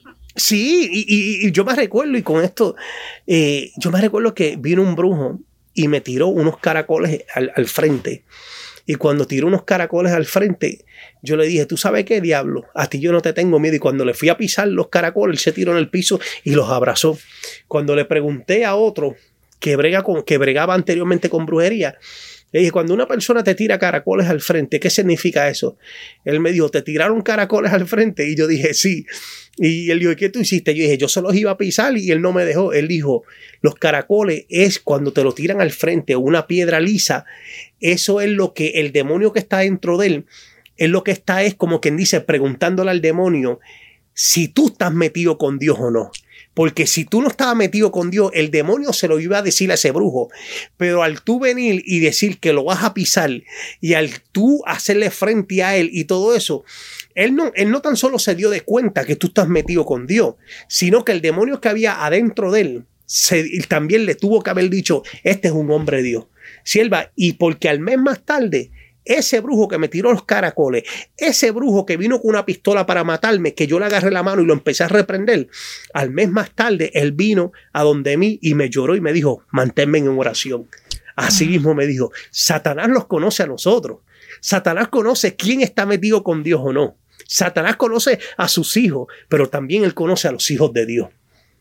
Sí, y, y, y yo me recuerdo, y con esto, eh, yo me recuerdo que vino un brujo y me tiró unos caracoles al, al frente. Y cuando tiró unos caracoles al frente, yo le dije, ¿tú sabes qué, diablo? A ti yo no te tengo miedo. Y cuando le fui a pisar los caracoles, él se tiró en el piso y los abrazó. Cuando le pregunté a otro que, brega con, que bregaba anteriormente con brujería, le dije, cuando una persona te tira caracoles al frente, ¿qué significa eso? Él me dijo, ¿te tiraron caracoles al frente? Y yo dije, sí. Y él dijo, ¿qué tú hiciste? Yo dije, yo se los iba a pisar y él no me dejó. Él dijo, los caracoles es cuando te lo tiran al frente o una piedra lisa. Eso es lo que el demonio que está dentro de él, es lo que está, es como quien dice, preguntándole al demonio si tú estás metido con Dios o no. Porque si tú no estabas metido con Dios, el demonio se lo iba a decir a ese brujo. Pero al tú venir y decir que lo vas a pisar y al tú hacerle frente a él y todo eso, él no, él no tan solo se dio de cuenta que tú estás metido con Dios, sino que el demonio que había adentro de él se, también le tuvo que haber dicho, este es un hombre de Dios. Sierva, y porque al mes más tarde, ese brujo que me tiró los caracoles, ese brujo que vino con una pistola para matarme, que yo le agarré la mano y lo empecé a reprender, al mes más tarde él vino a donde mí y me lloró y me dijo, manténme en oración. Así mismo me dijo, Satanás los conoce a nosotros. Satanás conoce quién está metido con Dios o no. Satanás conoce a sus hijos, pero también él conoce a los hijos de Dios.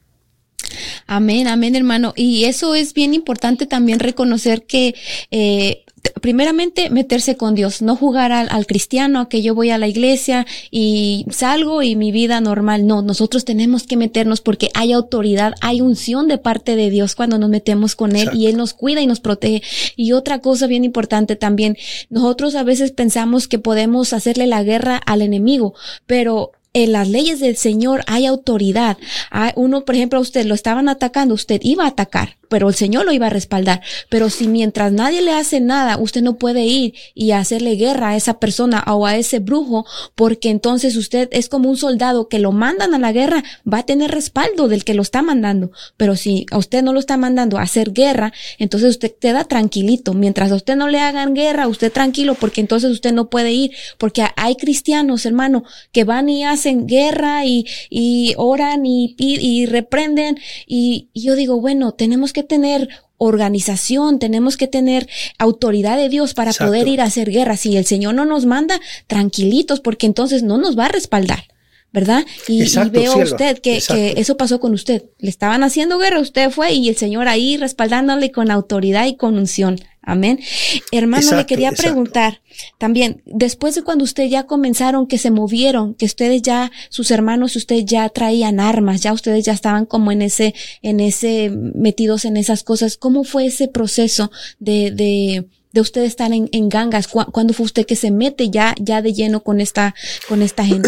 Amén, amén, hermano. Y eso es bien importante también reconocer que eh, primeramente meterse con Dios, no jugar al, al cristiano, que yo voy a la iglesia y salgo y mi vida normal. No, nosotros tenemos que meternos porque hay autoridad, hay unción de parte de Dios cuando nos metemos con Él. Exacto. Y Él nos cuida y nos protege. Y otra cosa bien importante también, nosotros a veces pensamos que podemos hacerle la guerra al enemigo, pero en las leyes del Señor hay autoridad. Hay uno, por ejemplo, a usted lo estaban atacando, usted iba a atacar, pero el Señor lo iba a respaldar. Pero si mientras nadie le hace nada, usted no puede ir y hacerle guerra a esa persona o a ese brujo, porque entonces usted es como un soldado que lo mandan a la guerra, va a tener respaldo del que lo está mandando. Pero si a usted no lo está mandando a hacer guerra, entonces usted queda tranquilito. Mientras a usted no le hagan guerra, usted tranquilo, porque entonces usted no puede ir, porque hay cristianos, hermano, que van y hacen guerra y, y oran y, y, y reprenden. Y, y yo digo, bueno, tenemos que tener organización, tenemos que tener autoridad de Dios para Exacto. poder ir a hacer guerra. Si el Señor no nos manda, tranquilitos, porque entonces no nos va a respaldar, ¿verdad? Y, Exacto, y veo a usted que, que eso pasó con usted. Le estaban haciendo guerra, usted fue y el Señor ahí respaldándole con autoridad y con unción. Amén. Hermano, exacto, le quería exacto. preguntar también, después de cuando ustedes ya comenzaron, que se movieron, que ustedes ya, sus hermanos, ustedes ya traían armas, ya ustedes ya estaban como en ese, en ese, metidos en esas cosas, ¿cómo fue ese proceso de, de, de usted estar en, en gangas? ¿Cu- ¿Cuándo fue usted que se mete ya, ya de lleno con esta, con esta gente?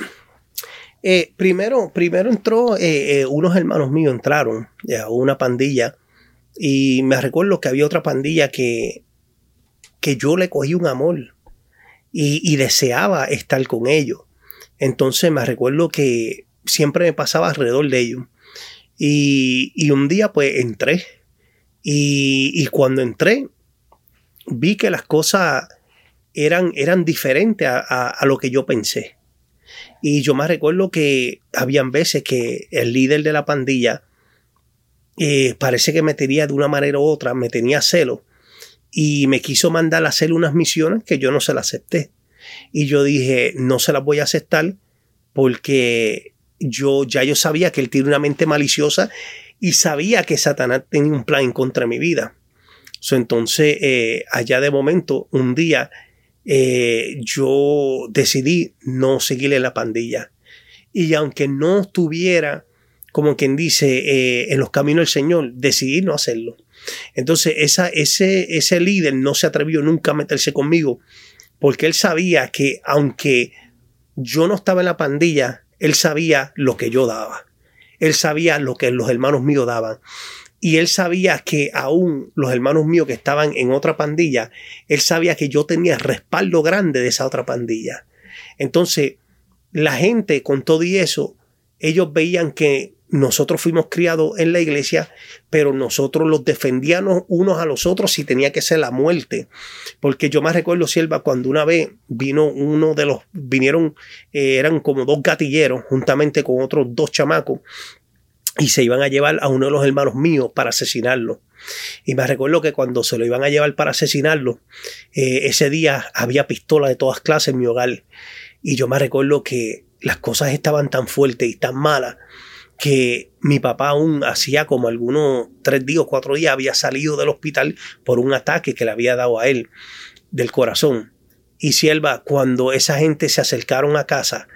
Eh, primero, primero entró, eh, eh, unos hermanos míos entraron a una pandilla. Y me recuerdo que había otra pandilla que, que yo le cogí un amor y, y deseaba estar con ellos. Entonces me recuerdo que siempre me pasaba alrededor de ellos. Y, y un día pues entré. Y, y cuando entré, vi que las cosas eran, eran diferentes a, a, a lo que yo pensé. Y yo me recuerdo que habían veces que el líder de la pandilla Eh, parece que me tenía de una manera u otra, me tenía celo y me quiso mandar a hacer unas misiones que yo no se las acepté. Y yo dije, no se las voy a aceptar porque yo ya yo sabía que él tiene una mente maliciosa y sabía que Satanás tenía un plan en contra de mi vida. So, entonces, eh, allá de momento, un día, eh, yo decidí no seguirle la pandilla. Y aunque no estuviera como quien dice, eh, en los caminos del Señor, decidí no hacerlo. Entonces esa, ese, ese líder no se atrevió nunca a meterse conmigo, porque él sabía que aunque yo no estaba en la pandilla, él sabía lo que yo daba. Él sabía lo que los hermanos míos daban. Y él sabía que aún los hermanos míos que estaban en otra pandilla, él sabía que yo tenía respaldo grande de esa otra pandilla. Entonces, la gente con todo y eso, ellos veían que nosotros fuimos criados en la iglesia, pero nosotros los defendíamos unos a los otros si tenía que ser la muerte. Porque yo me recuerdo, sierva, cuando una vez vino uno de los, vinieron, eh, eran como dos gatilleros, juntamente con otros dos chamacos, y se iban a llevar a uno de los hermanos míos para asesinarlo. Y me recuerdo que cuando se lo iban a llevar para asesinarlo, eh, ese día había pistolas de todas clases en mi hogar. Y yo me recuerdo que las cosas estaban tan fuertes y tan malas que mi papá aún hacía como algunos tres días o cuatro días había salido del hospital por un ataque que le había dado a él del corazón. Y sierva, cuando esa gente se acercaron a casa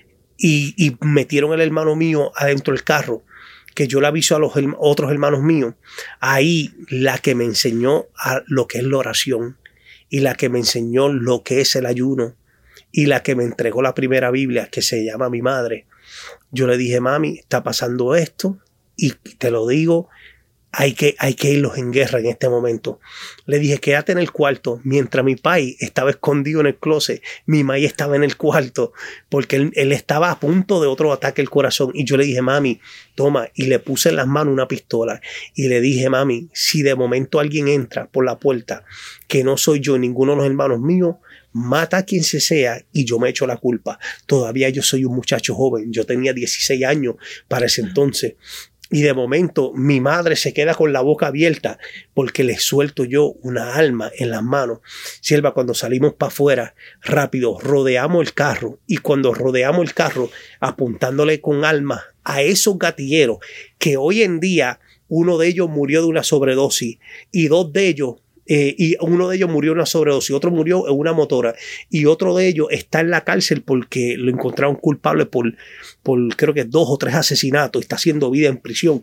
y, y metieron al hermano mío adentro del carro, que yo le aviso a los otros hermanos míos, ahí la que me enseñó a lo que es la oración y la que me enseñó lo que es el ayuno y la que me entregó la primera Biblia, que se llama mi madre. Yo le dije, mami, está pasando esto y te lo digo, hay que, hay que irlos en guerra en este momento. Le dije, quédate en el cuarto. Mientras mi pai estaba escondido en el closet, mi mai estaba en el cuarto porque él, él estaba a punto de otro ataque al corazón. Y yo le dije, mami, toma. Y le puse en las manos una pistola y le dije, mami, si de momento alguien entra por la puerta, que no soy yo, ninguno de los hermanos míos, mata a quien se sea y yo me echo la culpa. Todavía yo soy un muchacho joven. Yo tenía dieciséis años para ese entonces. Y de momento mi madre se queda con la boca abierta porque le suelto yo una alma en las manos. Sierva, cuando salimos para afuera, rápido, rodeamos el carro. Y cuando rodeamos el carro, apuntándole con alma a esos gatilleros, que hoy en día uno de ellos murió de una sobredosis y dos de ellos Eh, y uno de ellos murió en una sobredosis, otro murió en una motora y otro de ellos está en la cárcel porque lo encontraron culpable por, por creo que dos o tres asesinatos y está haciendo vida en prisión.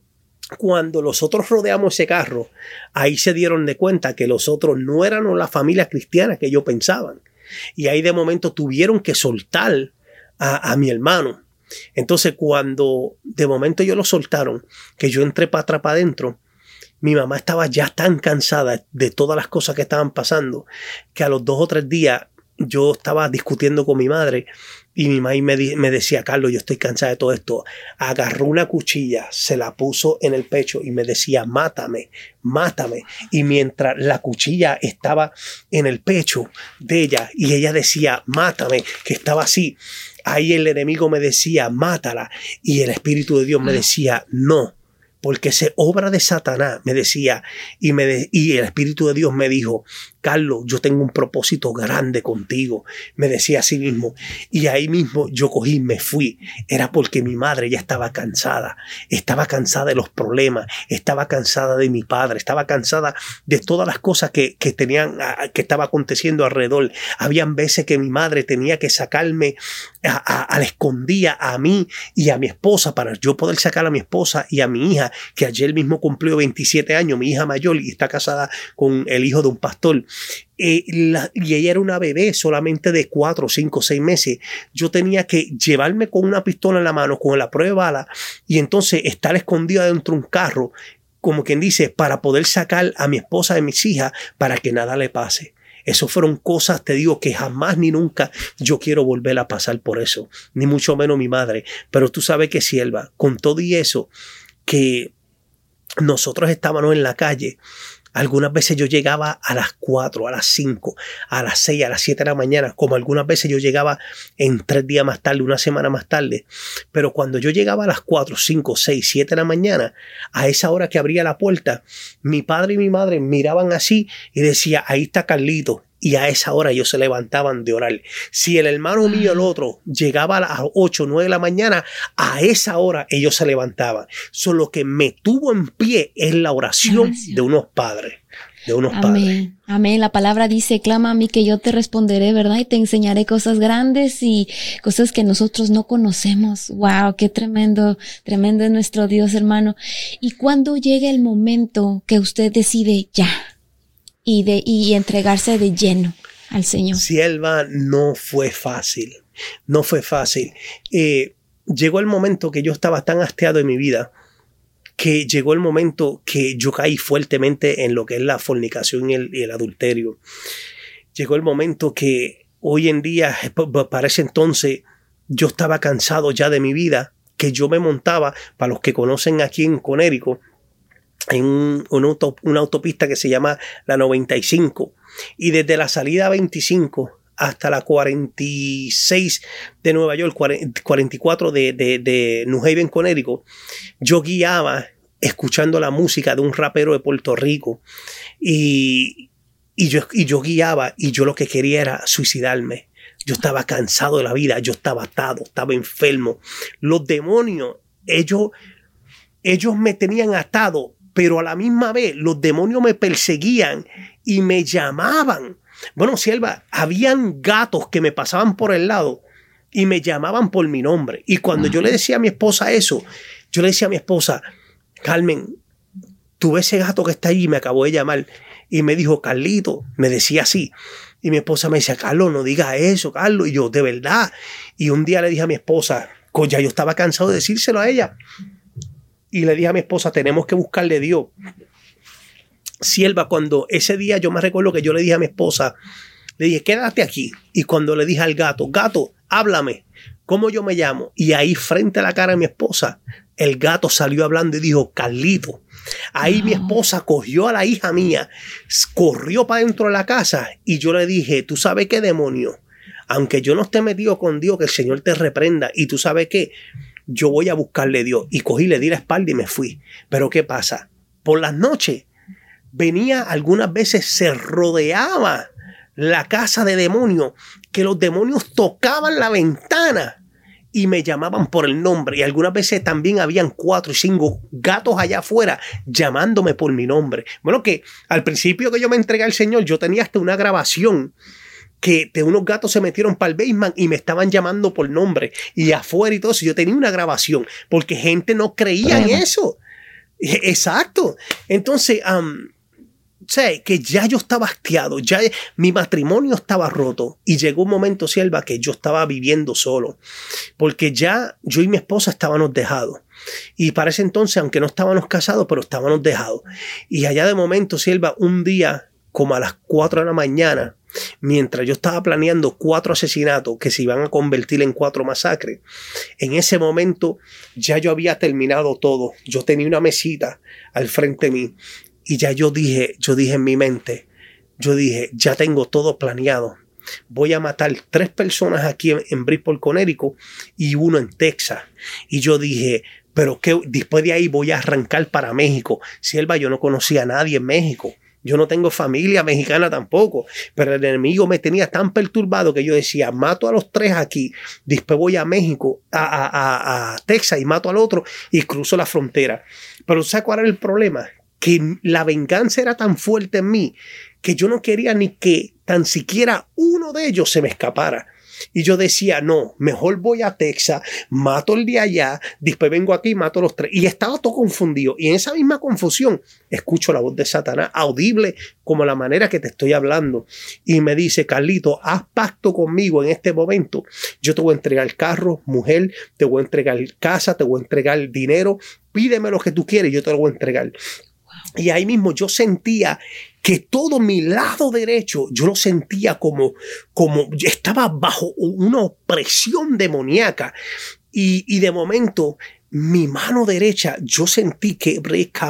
Cuando los otros rodeamos ese carro, ahí se dieron de cuenta que los otros no eran la familia cristiana que ellos pensaban y ahí de momento tuvieron que soltar a, a mi hermano. Entonces cuando de momento ellos lo soltaron, que yo entré para atrás para adentro, mi mamá estaba ya tan cansada de todas las cosas que estaban pasando que a los dos o tres días yo estaba discutiendo con mi madre y mi madre me, di- me decía, Carlos, yo estoy cansada de todo esto. Agarró una cuchilla, se la puso en el pecho y me decía, mátame, mátame. Y mientras la cuchilla estaba en el pecho de ella y ella decía, mátame, que estaba así, ahí el enemigo me decía, mátala. Y el Espíritu de Dios me decía, no. Porque es obra de Satanás, me decía, y, me de, y el Espíritu de Dios me dijo, Carlos, yo tengo un propósito grande contigo, me decía a sí mismo. Y ahí mismo yo cogí, me fui. Era porque mi madre ya estaba cansada, estaba cansada de los problemas, estaba cansada de mi padre, estaba cansada de todas las cosas que, que tenían, que estaba aconteciendo alrededor. Habían veces que mi madre tenía que sacarme a, a, a la escondida a mí y a mi esposa para yo poder sacar a mi esposa y a mi hija, que ayer mismo cumplió veintisiete años, mi hija mayor, y está casada con el hijo de un pastor. Eh, la, y ella era una bebé solamente de cuatro, cinco, seis meses. Yo tenía que llevarme con una pistola en la mano, con la prueba de bala, y entonces estar escondida dentro de un carro, como quien dice, para poder sacar a mi esposa de mis hijas para que nada le pase. Eso fueron cosas, te digo, que jamás ni nunca yo quiero volver a pasar por eso, ni mucho menos mi madre. Pero tú sabes que, sierva, con todo y eso, que nosotros estábamos en la calle, algunas veces yo llegaba a las cuatro, a las cinco, a las seis, a las siete de la mañana, como algunas veces yo llegaba en tres días más tarde, una semana más tarde. Pero cuando yo llegaba a las cuatro, cinco, seis, siete de la mañana, a esa hora que abría la puerta, mi padre y mi madre miraban así y decía, ahí está Carlito. y a esa hora ellos se levantaban de orar. Si el hermano mío, el otro, llegaba a las ocho, nueve de la mañana, a esa hora ellos se levantaban. Solo que me tuvo en pie es la oración Gracias. de unos padres. De unos Amén. padres. Amén. La palabra dice, clama a mí que yo te responderé, ¿verdad? Y te enseñaré cosas grandes y cosas que nosotros no conocemos. Wow, qué tremendo, tremendo es nuestro Dios, hermano. Y cuando llega el momento que usted decide ya y de, y entregarse de lleno al Señor. Sierva, no fue fácil. No fue fácil. Eh, llegó el momento que yo estaba tan hastiado en mi vida que llegó el momento que yo caí fuertemente en lo que es la fornicación y el, y el adulterio. Llegó el momento que hoy en día, para ese entonces, yo estaba cansado ya de mi vida, que yo me montaba, para los que conocen aquí en Conérico, en un, una, auto, una autopista que se llama la noventa y cinco, y desde la salida veinticinco hasta la cuarenta y seis de Nueva York, cuarenta y cuatro de, de, de New Haven, Conérico, yo guiaba escuchando la música de un rapero de Puerto Rico y, y, yo, y yo guiaba y yo lo que quería era suicidarme. Yo estaba cansado de la vida, yo estaba atado, estaba enfermo. Los demonios, ellos, ellos me tenían atado, pero a la misma vez los demonios me perseguían y me llamaban. Bueno, sierva, habían gatos que me pasaban por el lado y me llamaban por mi nombre. Y cuando yo le decía a mi esposa eso, yo le decía a mi esposa, Carmen, tú ves ese gato que está allí, me acabó de llamar. Y me dijo, Carlito, me decía así. Y mi esposa me decía, Carlos, no digas eso, Carlos. Y yo, de verdad. Y un día le dije a mi esposa, ya yo estaba cansado de decírselo a ella. Y le dije a mi esposa, tenemos que buscarle a Dios. Sierva, cuando ese día yo me recuerdo que yo le dije a mi esposa, le dije, quédate aquí. Y cuando le dije al gato, gato, háblame, ¿cómo yo me llamo? Y ahí frente a la cara de mi esposa, el gato salió hablando y dijo, Carlito. Ahí mi esposa cogió a la hija mía, corrió para dentro de la casa y yo le dije, ¿tú sabes qué, demonio? Aunque yo no esté metido con Dios, que el Señor te reprenda. Y tú sabes qué, yo voy a buscarle a Dios. Y cogí, le di la espalda y me fui. Pero ¿qué pasa? Por las noches venía, algunas veces se rodeaba la casa de demonios, que los demonios tocaban la ventana y me llamaban por el nombre. Y algunas veces también habían cuatro y cinco gatos allá afuera llamándome por mi nombre. Bueno, que al principio que yo me entregué al Señor, yo tenía hasta una grabación que de unos gatos se metieron para el basement y me estaban llamando por nombre. Y afuera y todo eso, yo tenía una grabación porque gente no creía en eso. Exacto. Entonces, um, sé que ya yo estaba hastiado, ya mi matrimonio estaba roto y llegó un momento, sierva, que yo estaba viviendo solo, porque ya yo y mi esposa estábamos dejados. Y para ese entonces, aunque no estábamos casados, pero estábamos dejados. Y allá de momento, sierva, un día, como a las cuatro de la mañana, mientras yo estaba planeando cuatro asesinatos que se iban a convertir en cuatro masacres, en ese momento ya yo había terminado todo. Yo tenía una mesita al frente de mí y ya yo dije, yo dije en mi mente, yo dije, ya tengo todo planeado. Voy a matar tres personas aquí en, en Bridgeport, Conérico, y uno en Texas. Y yo dije, pero que después de ahí voy a arrancar para México. Sierva, yo no conocía a nadie en México. Yo no tengo familia mexicana tampoco, pero el enemigo me tenía tan perturbado que yo decía, mato a los tres aquí, después voy a México, a, a, a, a Texas y mato al otro y cruzo la frontera. Pero ¿sabes cuál era el problema? Que la venganza era tan fuerte en mí que yo no quería ni que tan siquiera uno de ellos se me escapara. Y yo decía, no, mejor voy a Texas, mato el de allá, después vengo aquí y mato a los tres. Y estaba todo confundido. Y en esa misma confusión escucho la voz de Satanás, audible como la manera que te estoy hablando. Y me dice, Carlito, haz pacto conmigo en este momento. Yo te voy a entregar carro, mujer, te voy a entregar casa, te voy a entregar dinero. Pídeme lo que tú quieres y yo te lo voy a entregar. Y ahí mismo yo sentía que todo mi lado derecho, yo lo sentía como, como estaba bajo una opresión demoníaca. Y, y de momento, mi mano derecha, yo sentí que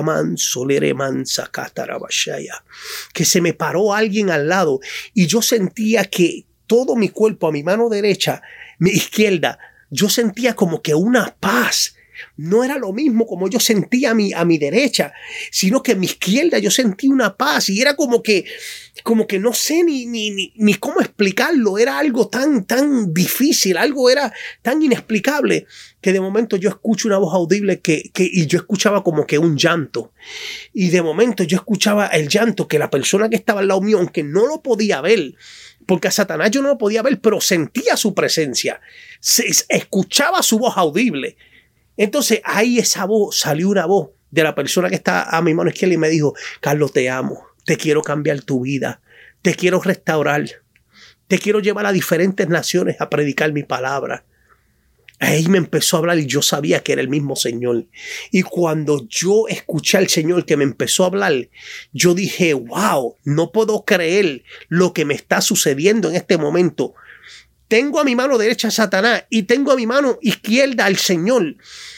que se me paró alguien al lado. Y yo sentía que todo mi cuerpo, a mi mano derecha, mi izquierda, yo sentía como que una paz. no era lo mismo como yo sentía a mi, a mi derecha, sino que a mi izquierda yo sentí una paz y era como que, como que no sé ni, ni, ni, ni cómo explicarlo. Era algo tan, tan difícil, algo era tan inexplicable que de momento yo escucho una voz audible que, que, y yo escuchaba como que un llanto. Y de momento yo escuchaba el llanto que la persona que estaba al lado mío, aunque no lo podía ver, porque a Satanás yo no lo podía ver, pero sentía su presencia. Se, escuchaba su voz audible. Entonces ahí esa voz, salió una voz de la persona que está a mi mano izquierda y me dijo: Carlos, te amo, te quiero cambiar tu vida, te quiero restaurar, te quiero llevar a diferentes naciones a predicar mi palabra. Ahí me empezó a hablar y yo sabía que era el mismo Señor. Y cuando yo escuché al Señor que me empezó a hablar, yo dije: wow, no puedo creer lo que me está sucediendo en este momento. Tengo a mi mano derecha a Satanás y tengo a mi mano izquierda al Señor.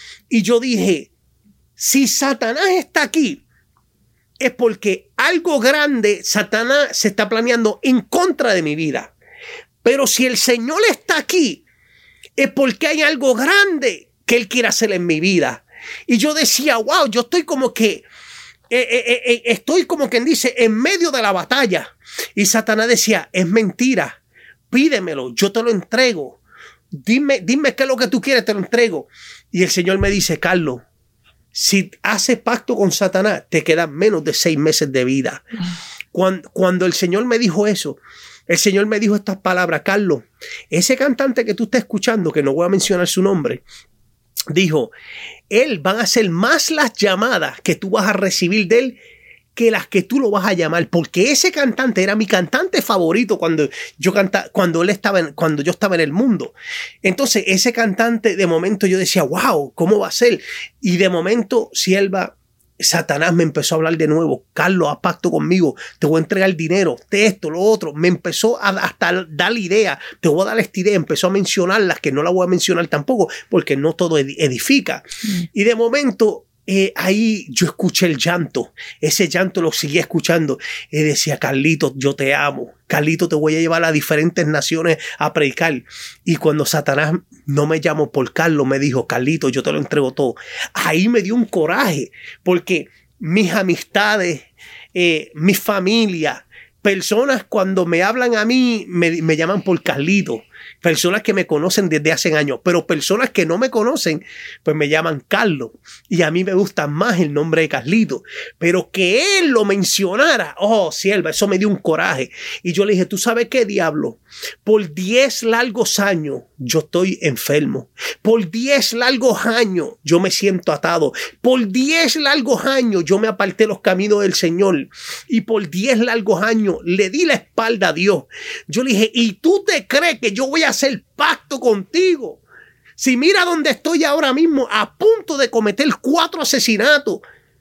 Y yo dije: si Satanás está aquí, es porque algo grande Satanás se está planeando en contra de mi vida. Pero si el Señor está aquí, es porque hay algo grande que Él quiere hacer en mi vida. Y yo decía: wow, yo estoy como que, eh, eh, eh, estoy como quien dice, en medio de la batalla. Y Satanás decía: es mentira, pídemelo, yo te lo entrego. Dime, dime qué es lo que tú quieres, te lo entrego. Y el Señor me dice: Carlos, si haces pacto con Satanás, te quedan menos de seis meses de vida. Cuando, cuando el Señor me dijo eso, el Señor me dijo estas palabras: Carlos, ese cantante que tú estás escuchando, que no voy a mencionar su nombre, dijo, él van a ser más las llamadas que tú vas a recibir de él que las que tú lo vas a llamar, porque ese cantante era mi cantante favorito cuando yo cantaba, cuando él estaba en, cuando yo estaba en el mundo. Entonces ese cantante, de momento yo decía: wow, ¿cómo va a ser? Y de momento, sierva, Satanás me empezó a hablar de nuevo: Carlos, haz pacto conmigo, te voy a entregar dinero, de esto, lo otro. Me empezó a hasta dar idea, te voy a dar esta idea. Empezó a mencionar las que no la voy a mencionar tampoco, porque no todo edifica. Mm. Y de momento, eh, ahí yo escuché el llanto. Ese llanto lo seguía escuchando. Y decía: Carlito, yo te amo. Carlito, te voy a llevar a diferentes naciones a predicar. Y cuando Satanás no me llamó por Carlos, me dijo: Carlito, yo te lo entrego todo. Ahí me dio un coraje, porque mis amistades, eh, mi familia, personas cuando me hablan a mí, me, me llaman por Carlito. Personas que me conocen desde hace años, pero personas que no me conocen, pues me llaman Carlos. Y a mí me gusta más el nombre de Carlito. Pero que él lo mencionara, oh, sierva, eso me dio un coraje. Y yo le dije: ¿tú sabes qué, diablo? Por diez largos años yo estoy enfermo. Por diez largos años yo me siento atado. Por diez largos años yo me aparté los caminos del Señor. Y por diez largos años le di la espalda a Dios. Yo le dije: ¿y tú te crees que yo voy a hacer pacto contigo? Si mira dónde estoy ahora mismo, a punto de cometer cuatro asesinatos.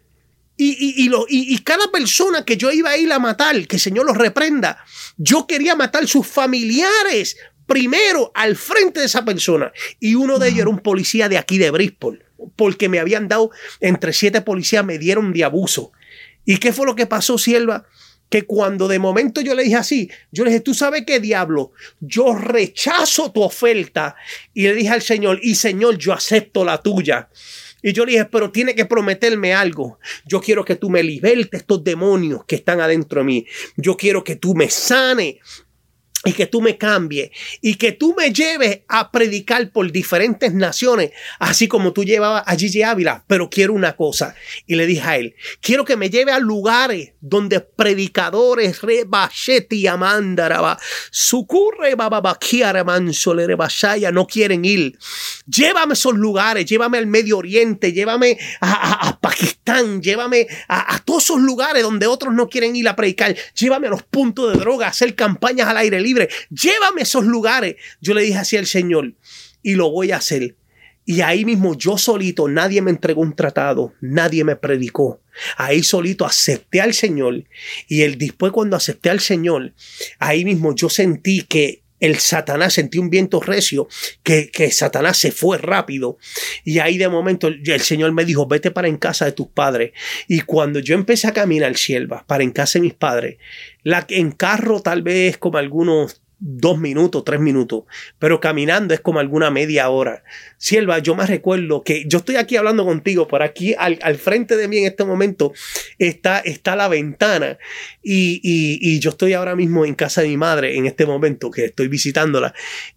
Y, y, y, lo, y, y cada persona que yo iba a ir a matar, que el Señor los reprenda, yo quería matar sus familiares primero al frente de esa persona. Y uno de ellos era un policía de aquí de Bridgeport, porque me habían dado, entre siete policías me dieron de abuso. ¿Y qué fue lo que pasó, sierva? Que cuando de momento yo le dije así, yo le dije: ¿tú sabes qué, diablo? Yo rechazo tu oferta. Y le dije al Señor: y Señor, yo acepto la tuya. Y yo le dije: pero tiene que prometerme algo. Yo quiero que tú me libertes estos demonios que están adentro de mí. Yo quiero que tú me sanes y que tú me cambies y que tú me lleves a predicar por diferentes naciones, así como tú llevabas a Gigi Ávila. Pero quiero una cosa. Y le dije a él: quiero que me lleve a lugares donde predicadores rebacheti amandaraba sucurre bababaquiara mansolere basaya no quieren ir. Llévame a esos lugares, llévame al Medio Oriente, llévame a, a, a Pakistán, llévame a, a todos esos lugares donde otros no quieren ir a predicar. Llévame a los puntos de droga, a hacer campañas al aire libre. Llévame a esos lugares. Yo le dije así al Señor, y lo voy a hacer. Y ahí mismo yo solito, nadie me entregó un tratado, nadie me predicó. Ahí solito acepté al Señor. Y el, después cuando acepté al Señor, ahí mismo yo sentí que el Satanás, sentí un viento recio, que, que Satanás se fue rápido. Y ahí de momento el, el Señor me dijo: vete para en casa de tus padres. Y cuando yo empecé a caminar, sierva, para en casa de mis padres, la, en carro tal vez como algunos dos minutos, tres minutos, pero caminando es como alguna media hora. Sierva, yo me recuerdo que yo estoy aquí hablando contigo, por aquí al, al frente de mí en este momento está, está la ventana y, y, y yo estoy ahora mismo en casa de mi madre en este momento que estoy visitándola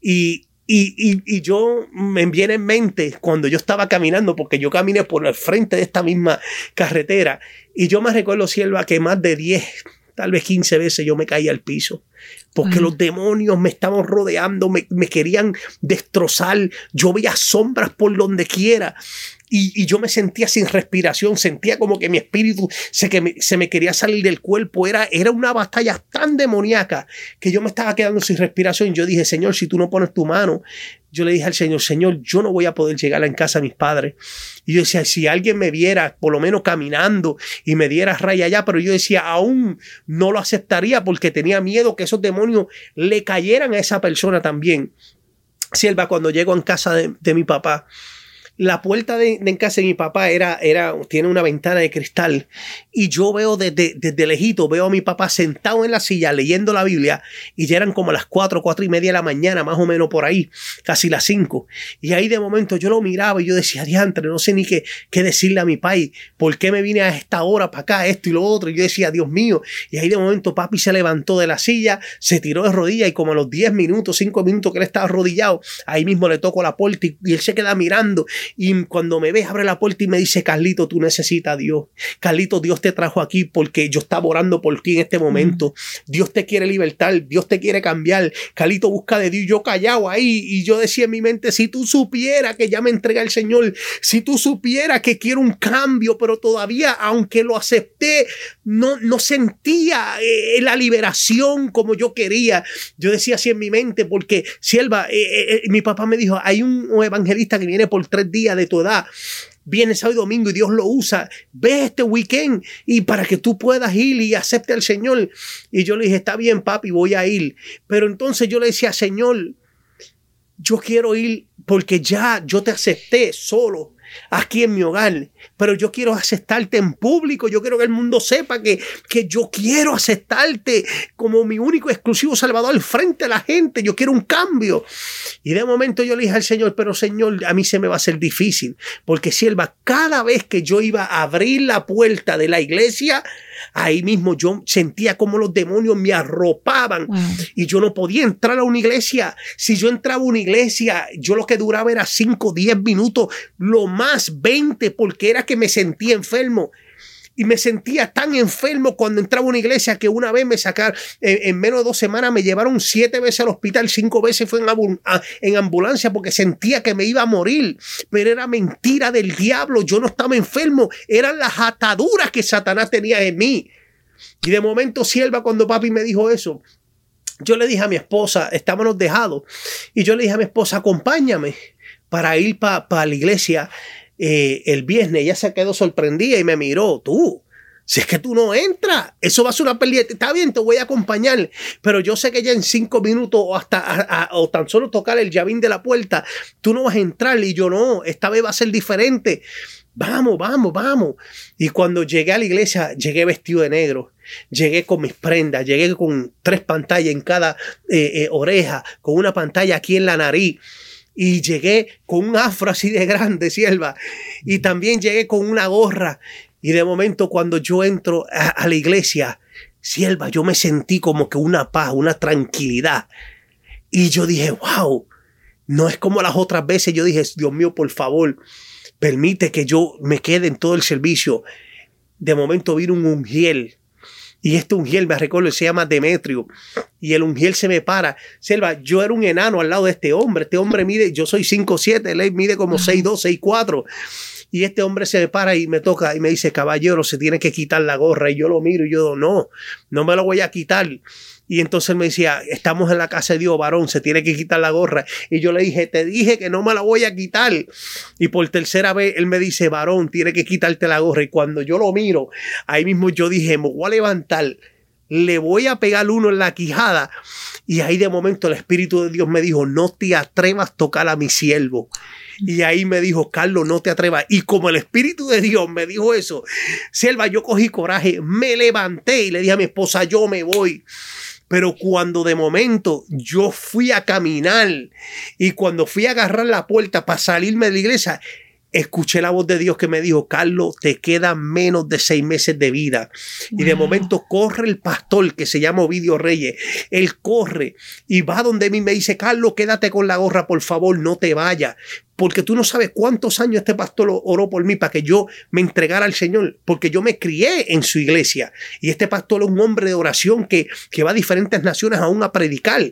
y Y, y, y yo me viene en mente cuando yo estaba caminando, porque yo caminé por el frente de esta misma carretera, y yo me recuerdo, sierva, que más de diez, tal vez quince veces yo me caí al piso, porque uh-huh. los demonios me estaban rodeando, me, me querían destrozar, yo veía sombras por donde quiera. Y, y yo me sentía sin respiración, sentía como que mi espíritu se, que me, se me quería salir del cuerpo. Era, era una batalla tan demoníaca que yo me estaba quedando sin respiración. Yo dije, Señor, si tú no pones tu mano, yo le dije al Señor, Señor, yo no voy a poder llegar a en casa de mis padres. Y yo decía, si alguien me viera, por lo menos caminando, y me diera raya allá, pero yo decía, aún no lo aceptaría porque tenía miedo que esos demonios le cayeran a esa persona también. Sierva, cuando llego en casa de, de mi papá, la puerta de, de en casa de mi papá era, era, tiene una ventana de cristal y yo veo desde, desde lejito, veo a mi papá sentado en la silla leyendo la Biblia y ya eran como las cuatro, cuatro y media de la mañana, más o menos por ahí, casi las cinco. Y ahí de momento yo lo miraba y yo decía, diantre, no sé ni qué, qué decirle a mi país, ¿por qué me vine a esta hora para acá, esto y lo otro? Y yo decía, Dios mío. Y ahí de momento papi se levantó de la silla, se tiró de rodillas y como a los diez minutos, cinco minutos que él estaba arrodillado, ahí mismo le toco la puerta y, y él se queda mirando. Y cuando me ve, abre la puerta y me dice, Carlito, tú necesitas a Dios. Carlito, Dios te trajo aquí porque yo estaba orando por ti en este momento. Mm. Dios te quiere libertar, Dios te quiere cambiar. Carlito, busca de Dios. Yo callado ahí y yo decía en mi mente, si tú supieras que ya me entrega el Señor, si tú supieras que quiero un cambio, pero todavía, aunque lo acepté, no, no sentía eh, la liberación como yo quería. Yo decía así en mi mente porque, sierva, eh, eh, mi papá me dijo, hay un, un evangelista que viene por tres días de tu edad, viene sábado y domingo y Dios lo usa, ve este weekend y para que tú puedas ir y acepte al Señor. Y yo le dije, está bien papi, voy a ir. Pero entonces yo le decía, Señor, yo quiero ir porque ya yo te acepté solo aquí en mi hogar, pero yo quiero aceptarte en público. Yo quiero que el mundo sepa que, que yo quiero aceptarte como mi único exclusivo Salvador frente a la gente. Yo quiero un cambio. Y de momento yo le dije al Señor, pero Señor, a mí se me va a hacer difícil, porque sierva, cada vez que yo iba a abrir la puerta de la iglesia, ahí mismo yo sentía como los demonios me arropaban. Wow. Y yo no podía entrar a una iglesia. Si yo entraba a una iglesia, yo lo que duraba era cinco, diez minutos, lo más veinte, porque era que me sentía enfermo. Y me sentía tan enfermo cuando entraba a una iglesia que una vez me sacaron, en, en menos de dos semanas me llevaron siete veces al hospital, cinco veces fue en, en ambulancia porque sentía que me iba a morir. Pero era mentira del diablo, yo no estaba enfermo, eran las ataduras que Satanás tenía en mí. Y de momento, sierva, cuando papi me dijo eso, yo le dije a mi esposa, estábamos dejados, y yo le dije a mi esposa, acompáñame para ir para pa la iglesia. Eh, el viernes. Ella se quedó sorprendida y me miró, tú, si es que tú no entras, eso va a ser una pérdida. Está bien, te voy a acompañar, pero yo sé que ya en cinco minutos o hasta a, a, o tan solo tocar el llavín de la puerta, tú no vas a entrar. Y yo, no, esta vez va a ser diferente. Vamos, vamos, vamos. Y cuando llegué a la iglesia, llegué vestido de negro. Llegué con mis prendas, llegué con tres pantallas en cada eh, eh, oreja, con una pantalla aquí en la nariz. Y llegué con un afro así de grande, sierva. Y también llegué con una gorra. Y de momento cuando yo entro a, a la iglesia, sierva, yo me sentí como que una paz, una tranquilidad. Y yo dije, wow, no es como las otras veces. Yo dije, Dios mío, por favor, permite que yo me quede en todo el servicio. De momento vino un ungiel. Y este ungiel, me recuerdo, se llama Demetrio. Y el ungiel se me para. Selva, yo era un enano al lado de este hombre. Este hombre mide, yo soy cinco siete, él mide como seis dos, seis cuatro. Y este hombre se me para y me toca y me dice, caballero, se tiene que quitar la gorra. Y yo lo miro y yo digo, no, no me lo voy a quitar. Y entonces él me decía, estamos en la casa de Dios, varón, se tiene que quitar la gorra. Y yo le dije, te dije que no me la voy a quitar. Y por tercera vez él me dice, varón, tiene que quitarte la gorra. Y cuando yo lo miro, ahí mismo yo dije, me voy a levantar, le voy a pegar uno en la quijada. Y ahí de momento el Espíritu de Dios me dijo, no te atrevas a tocar a mi siervo. Y ahí me dijo, Carlos, no te atrevas. Y como el Espíritu de Dios me dijo eso, sierva, yo cogí coraje, me levanté y le dije a mi esposa, yo me voy. Pero cuando de momento yo fui a caminar y cuando fui a agarrar la puerta para salirme de la iglesia, escuché la voz de Dios que me dijo: Carlos, te quedan menos de seis meses de vida. Wow. Y de momento corre el pastor que se llama Ovidio Reyes. Él corre y va donde mí y me dice: Carlos, quédate con la gorra, por favor, no te vayas. Porque tú no sabes cuántos años este pastor oró por mí para que yo me entregara al Señor. Porque yo me crié en su iglesia. Y este pastor es un hombre de oración que, que va a diferentes naciones aún a predicar.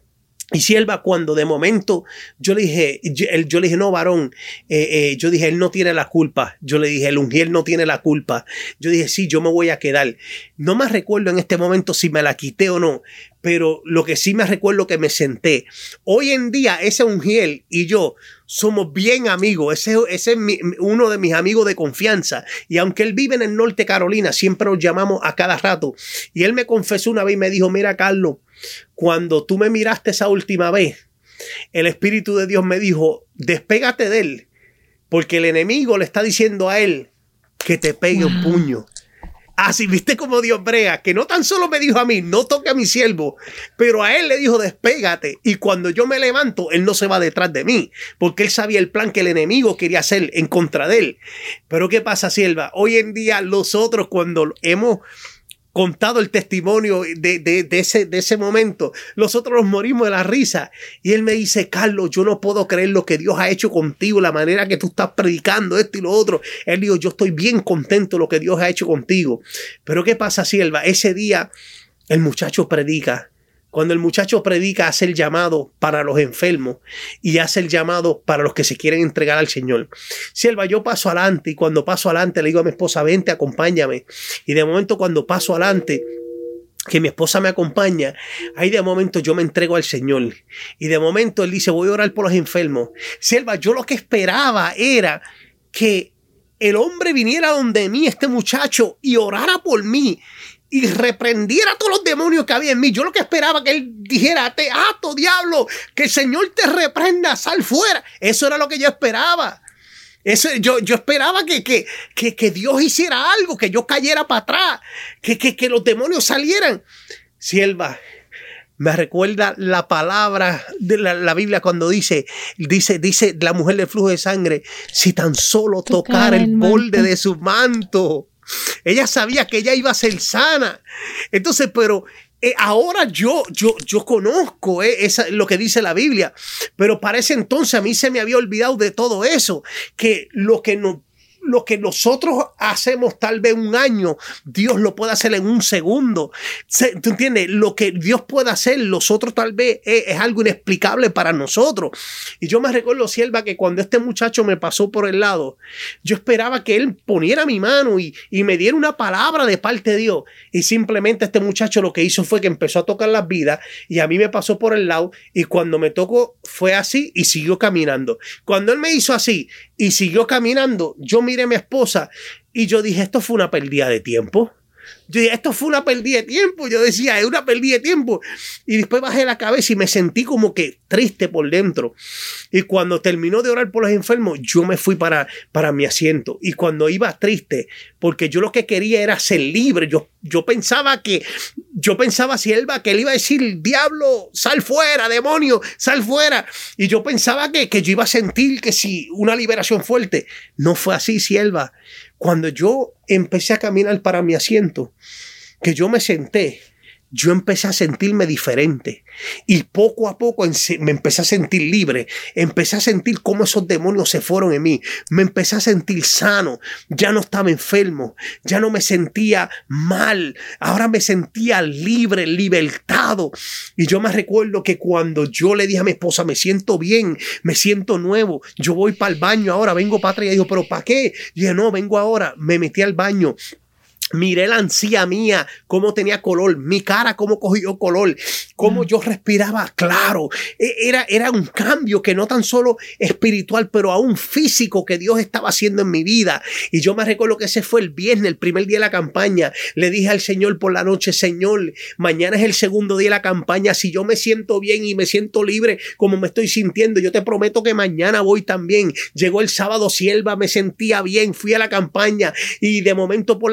Y sierva, cuando de momento yo le dije, yo, yo le dije, no, varón, eh, eh, yo dije, él no tiene la culpa. Yo le dije, el ungier no tiene la culpa. Yo dije, sí, yo me voy a quedar. No me recuerdo en este momento si me la quité o no, pero lo que sí me recuerdo que me senté. Hoy en día ese ungier y yo somos bien amigos. Ese, ese es mi, uno de mis amigos de confianza. Y aunque él vive en el norte de Carolina, siempre nos llamamos a cada rato. Y él me confesó una vez y me dijo: mira, Carlos, cuando tú me miraste esa última vez, el Espíritu de Dios me dijo: despégate de él, porque el enemigo le está diciendo a él que te pegue wow. un puño. Así, viste cómo Dios brega, que no tan solo me dijo a mí, no toque a mi siervo, pero a él le dijo: despégate. Y cuando yo me levanto, él no se va detrás de mí, porque él sabía el plan que el enemigo quería hacer en contra de él. Pero ¿qué pasa, sierva? Hoy en día nosotros, cuando hemos contado el testimonio de, de, de, ese, de ese momento, nosotros nos morimos de la risa. Y él me dice: Carlos, yo no puedo creer lo que Dios ha hecho contigo, la manera que tú estás predicando esto y lo otro. Él dijo: yo estoy bien contento de lo que Dios ha hecho contigo. Pero ¿qué pasa, sierva? Ese día el muchacho predica. Cuando el muchacho predica, hace el llamado para los enfermos y hace el llamado para los que se quieren entregar al Señor. Sierva, yo paso adelante y cuando paso adelante le digo a mi esposa: vente, acompáñame. Y de momento cuando paso adelante, que mi esposa me acompaña, ahí de momento yo me entrego al Señor. Y de momento él dice: voy a orar por los enfermos. Sierva, yo lo que esperaba era que el hombre viniera donde mí, este muchacho, y orara por mí. Y reprendiera a todos los demonios que había en mí. Yo lo que esperaba que él dijera: te ato, diablo, que el Señor te reprenda, sal fuera. Eso era lo que yo esperaba. Eso, yo, yo esperaba que, que, que, que Dios hiciera algo, que yo cayera para atrás, que, que, que los demonios salieran. Sierva, me recuerda la palabra de la, la Biblia cuando dice, dice, dice la mujer del flujo de sangre: si tan solo tocara el borde de su manto. Ella sabía que ella iba a ser sana. Entonces, pero eh, ahora yo, yo, yo conozco eh, esa, lo que dice la Biblia. Pero para ese entonces a mí se me había olvidado de todo eso. Que lo que no, lo que nosotros hacemos tal vez un año, Dios lo puede hacer en un segundo. ¿Tú entiendes? Lo que Dios puede hacer, nosotros tal vez es, es algo inexplicable para nosotros. Y yo me recuerdo, sierva, que cuando este muchacho me pasó por el lado, yo esperaba que él poniera mi mano y, y me diera una palabra de parte de Dios. Y simplemente este muchacho lo que hizo fue que empezó a tocar las vidas y a mí me pasó por el lado. Y cuando me tocó fue así y siguió caminando. Cuando él me hizo así y siguió caminando, yo miré a mi esposa y yo dije: esto fue una pérdida de tiempo. Yo dije: esto fue una pérdida de tiempo. Yo decía: es una pérdida de tiempo. Y después bajé la cabeza y me sentí como que triste por dentro. Y cuando terminó de orar por los enfermos, yo me fui para, para mi asiento. Y cuando iba triste, porque yo lo que quería era ser libre. Yo, yo pensaba que, yo pensaba, sierva, que él iba a decir: diablo, sal fuera, demonio, sal fuera. Y yo pensaba que, que yo iba a sentir que si una liberación fuerte. No fue así, sierva. Cuando yo empecé a caminar para mi asiento, que yo me senté, yo empecé a sentirme diferente y poco a poco me empecé a sentir libre, empecé a sentir cómo esos demonios se fueron en mí, me empecé a sentir sano, ya no estaba enfermo, ya no me sentía mal, ahora me sentía libre, libertado. Y yo me recuerdo que cuando yo le dije a mi esposa: me siento bien, me siento nuevo, yo voy para el baño ahora, vengo para atrás. Y ella dijo: ¿pero para qué? Y dije: no, vengo ahora. Me metí al baño. Miré la ansía mía, cómo tenía color, mi cara cómo cogió color, cómo yo respiraba claro. Era, era un cambio que no tan solo espiritual, pero aún físico que Dios estaba haciendo en mi vida. Y yo me recuerdo que ese fue el viernes, el primer día de la campaña. Le dije al Señor por la noche: Señor, mañana es el segundo día de la campaña. Si yo me siento bien y me siento libre como me estoy sintiendo, yo te prometo que mañana voy también. Llegó el sábado, sierva, me sentía bien, fui a la campaña y de momento por la noche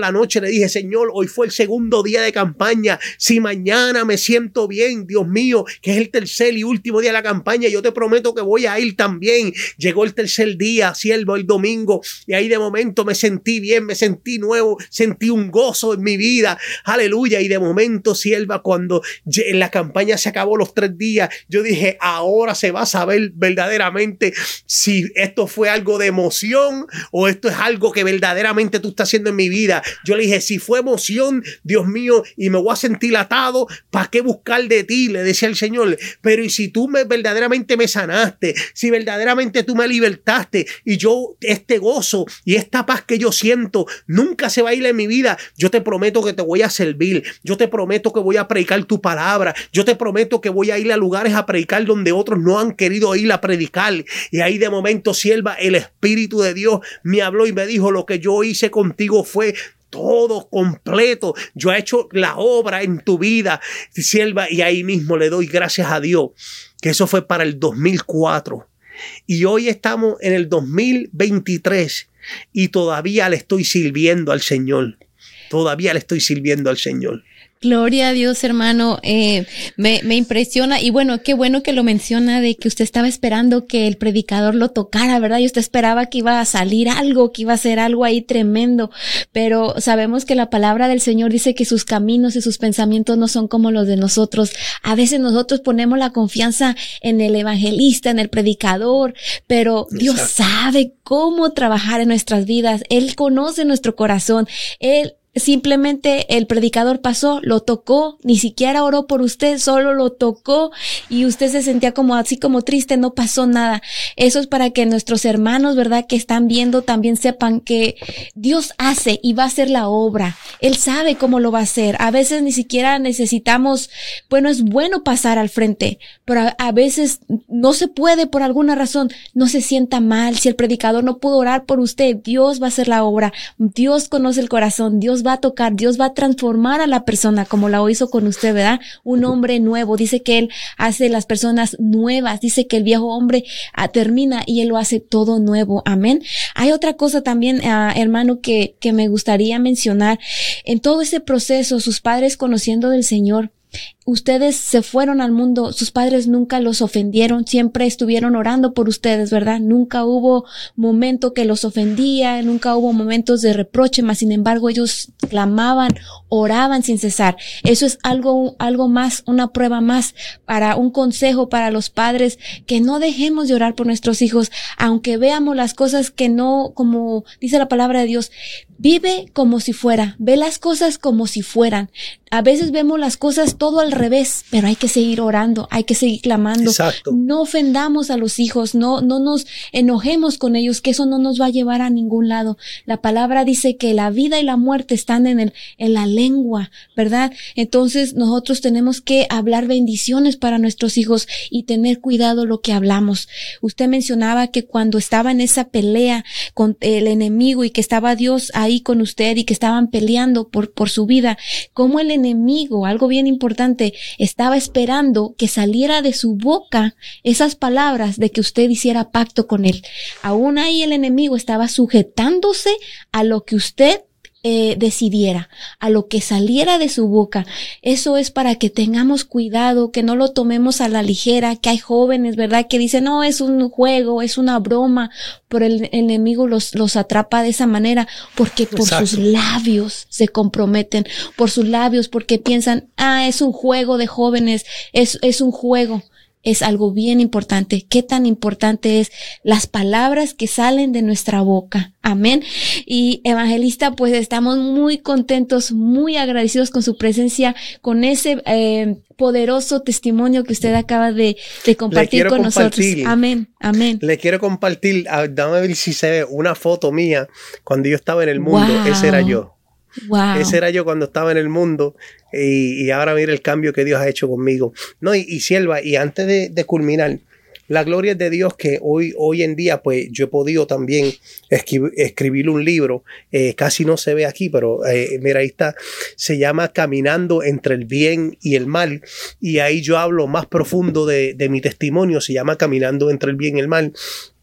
le dije, Señor, hoy fue el segundo día de campaña. Si mañana me siento bien, Dios mío, que es el tercer y último día de la campaña, yo te prometo que voy a ir también. Llegó el tercer día, siervo, el domingo, y ahí de momento me sentí bien, me sentí nuevo, sentí un gozo en mi vida. Aleluya. Y de momento, sierva, cuando en la campaña se acabó los tres días, yo dije, ahora se va a saber verdaderamente si esto fue algo de emoción o esto es algo que verdaderamente tú estás haciendo en mi vida. Yo le dije, si fue emoción, Dios mío, y me voy a sentir atado, ¿para qué buscar de ti? Le decía el Señor. Pero y si tú me, verdaderamente me sanaste, si verdaderamente tú me libertaste y yo este gozo y esta paz que yo siento nunca se va a ir en mi vida, yo te prometo que te voy a servir, yo te prometo que voy a predicar tu palabra, yo te prometo que voy a ir a lugares a predicar donde otros no han querido ir a predicar. Y ahí de momento, sierva, el Espíritu de Dios me habló y me dijo, lo que yo hice contigo fue todo completo. Yo he hecho la obra en tu vida, sierva, y ahí mismo le doy gracias a Dios que eso fue para el dos mil cuatro. Y hoy estamos en el dos mil veintitrés y todavía le estoy sirviendo al Señor. Todavía le estoy sirviendo al Señor. Gloria a Dios, hermano. Eh, me, me impresiona. Y bueno, qué bueno que lo menciona de que usted estaba esperando que el predicador lo tocara, ¿verdad? Y usted esperaba que iba a salir algo, que iba a ser algo ahí tremendo. Pero sabemos que la palabra del Señor dice que sus caminos y sus pensamientos no son como los de nosotros. A veces nosotros ponemos la confianza en el evangelista, en el predicador, pero Exacto. Dios sabe cómo trabajar en nuestras vidas. Él conoce nuestro corazón. Él Simplemente el predicador pasó, lo tocó, ni siquiera oró por usted, solo lo tocó y usted se sentía como así como triste, no pasó nada. Eso es para que nuestros hermanos, ¿verdad?, que están viendo también sepan que Dios hace y va a hacer la obra. Él sabe cómo lo va a hacer. A veces ni siquiera necesitamos, bueno, es bueno pasar al frente, pero a, a veces no se puede por alguna razón. No se sienta mal. Si el predicador no pudo orar por usted, Dios va a hacer la obra. Dios conoce el corazón. Dios va a tocar, Dios va a transformar a la persona como la hizo con usted, ¿verdad? Un hombre nuevo. Dice que Él hace las personas nuevas. Dice que el viejo hombre uh, termina y Él lo hace todo nuevo. Amén. Hay otra cosa también, uh, hermano, que, que me gustaría mencionar. En todo ese proceso, sus padres conociendo del Señor, ustedes se fueron al mundo, sus padres nunca los ofendieron, siempre estuvieron orando por ustedes, ¿verdad? Nunca hubo momento que los ofendía, nunca hubo momentos de reproche, mas sin embargo ellos clamaban, oraban sin cesar. Eso es algo, algo más, una prueba más para un consejo para los padres, que no dejemos de orar por nuestros hijos, aunque veamos las cosas que no, como dice la palabra de Dios, vive como si fuera, ve las cosas como si fueran. A veces vemos las cosas todo al revés, pero hay que seguir orando, hay que seguir clamando. Exacto. No ofendamos a los hijos, no, no nos enojemos con ellos, que eso no nos va a llevar a ningún lado. La palabra dice que la vida y la muerte están en el, en la lengua, ¿verdad? Entonces nosotros tenemos que hablar bendiciones para nuestros hijos y tener cuidado lo que hablamos. Usted mencionaba que cuando estaba en esa pelea con el enemigo y que estaba Dios ahí con usted y que estaban peleando por, por su vida, como el enemigo, algo bien importante, estaba esperando que saliera de su boca esas palabras de que usted hiciera pacto con él. Aún ahí el enemigo estaba sujetándose a lo que usted Eh, decidiera, a lo que saliera de su boca. Eso es para que tengamos cuidado, que no lo tomemos a la ligera, que hay jóvenes, ¿verdad?, que dicen, no, es un juego, es una broma, pero el, el enemigo los, los atrapa de esa manera, porque por Exacto. sus labios se comprometen, por sus labios, porque piensan, ah, es un juego de jóvenes, es, es un juego. Es algo bien importante. ¿Qué tan importante es las palabras que salen de nuestra boca? Amén. Y evangelista, pues estamos muy contentos, muy agradecidos con su presencia, con ese eh, poderoso testimonio que usted acaba de, de compartir con nosotros. Amén, amén. Le quiero compartir, dame a ver si se ve una foto mía cuando yo estaba en el mundo. Wow. Ese era yo. Wow. Ese era yo cuando estaba en el mundo y, y ahora mira el cambio que Dios ha hecho conmigo. No, y, y sierva, y antes de, de culminar, la gloria es de Dios que hoy, hoy en día pues yo he podido también escribir, escribir un libro, eh, casi no se ve aquí, pero eh, mira, ahí está, se llama Caminando entre el bien y el mal, y ahí yo hablo más profundo de, de mi testimonio, se llama Caminando entre el bien y el mal.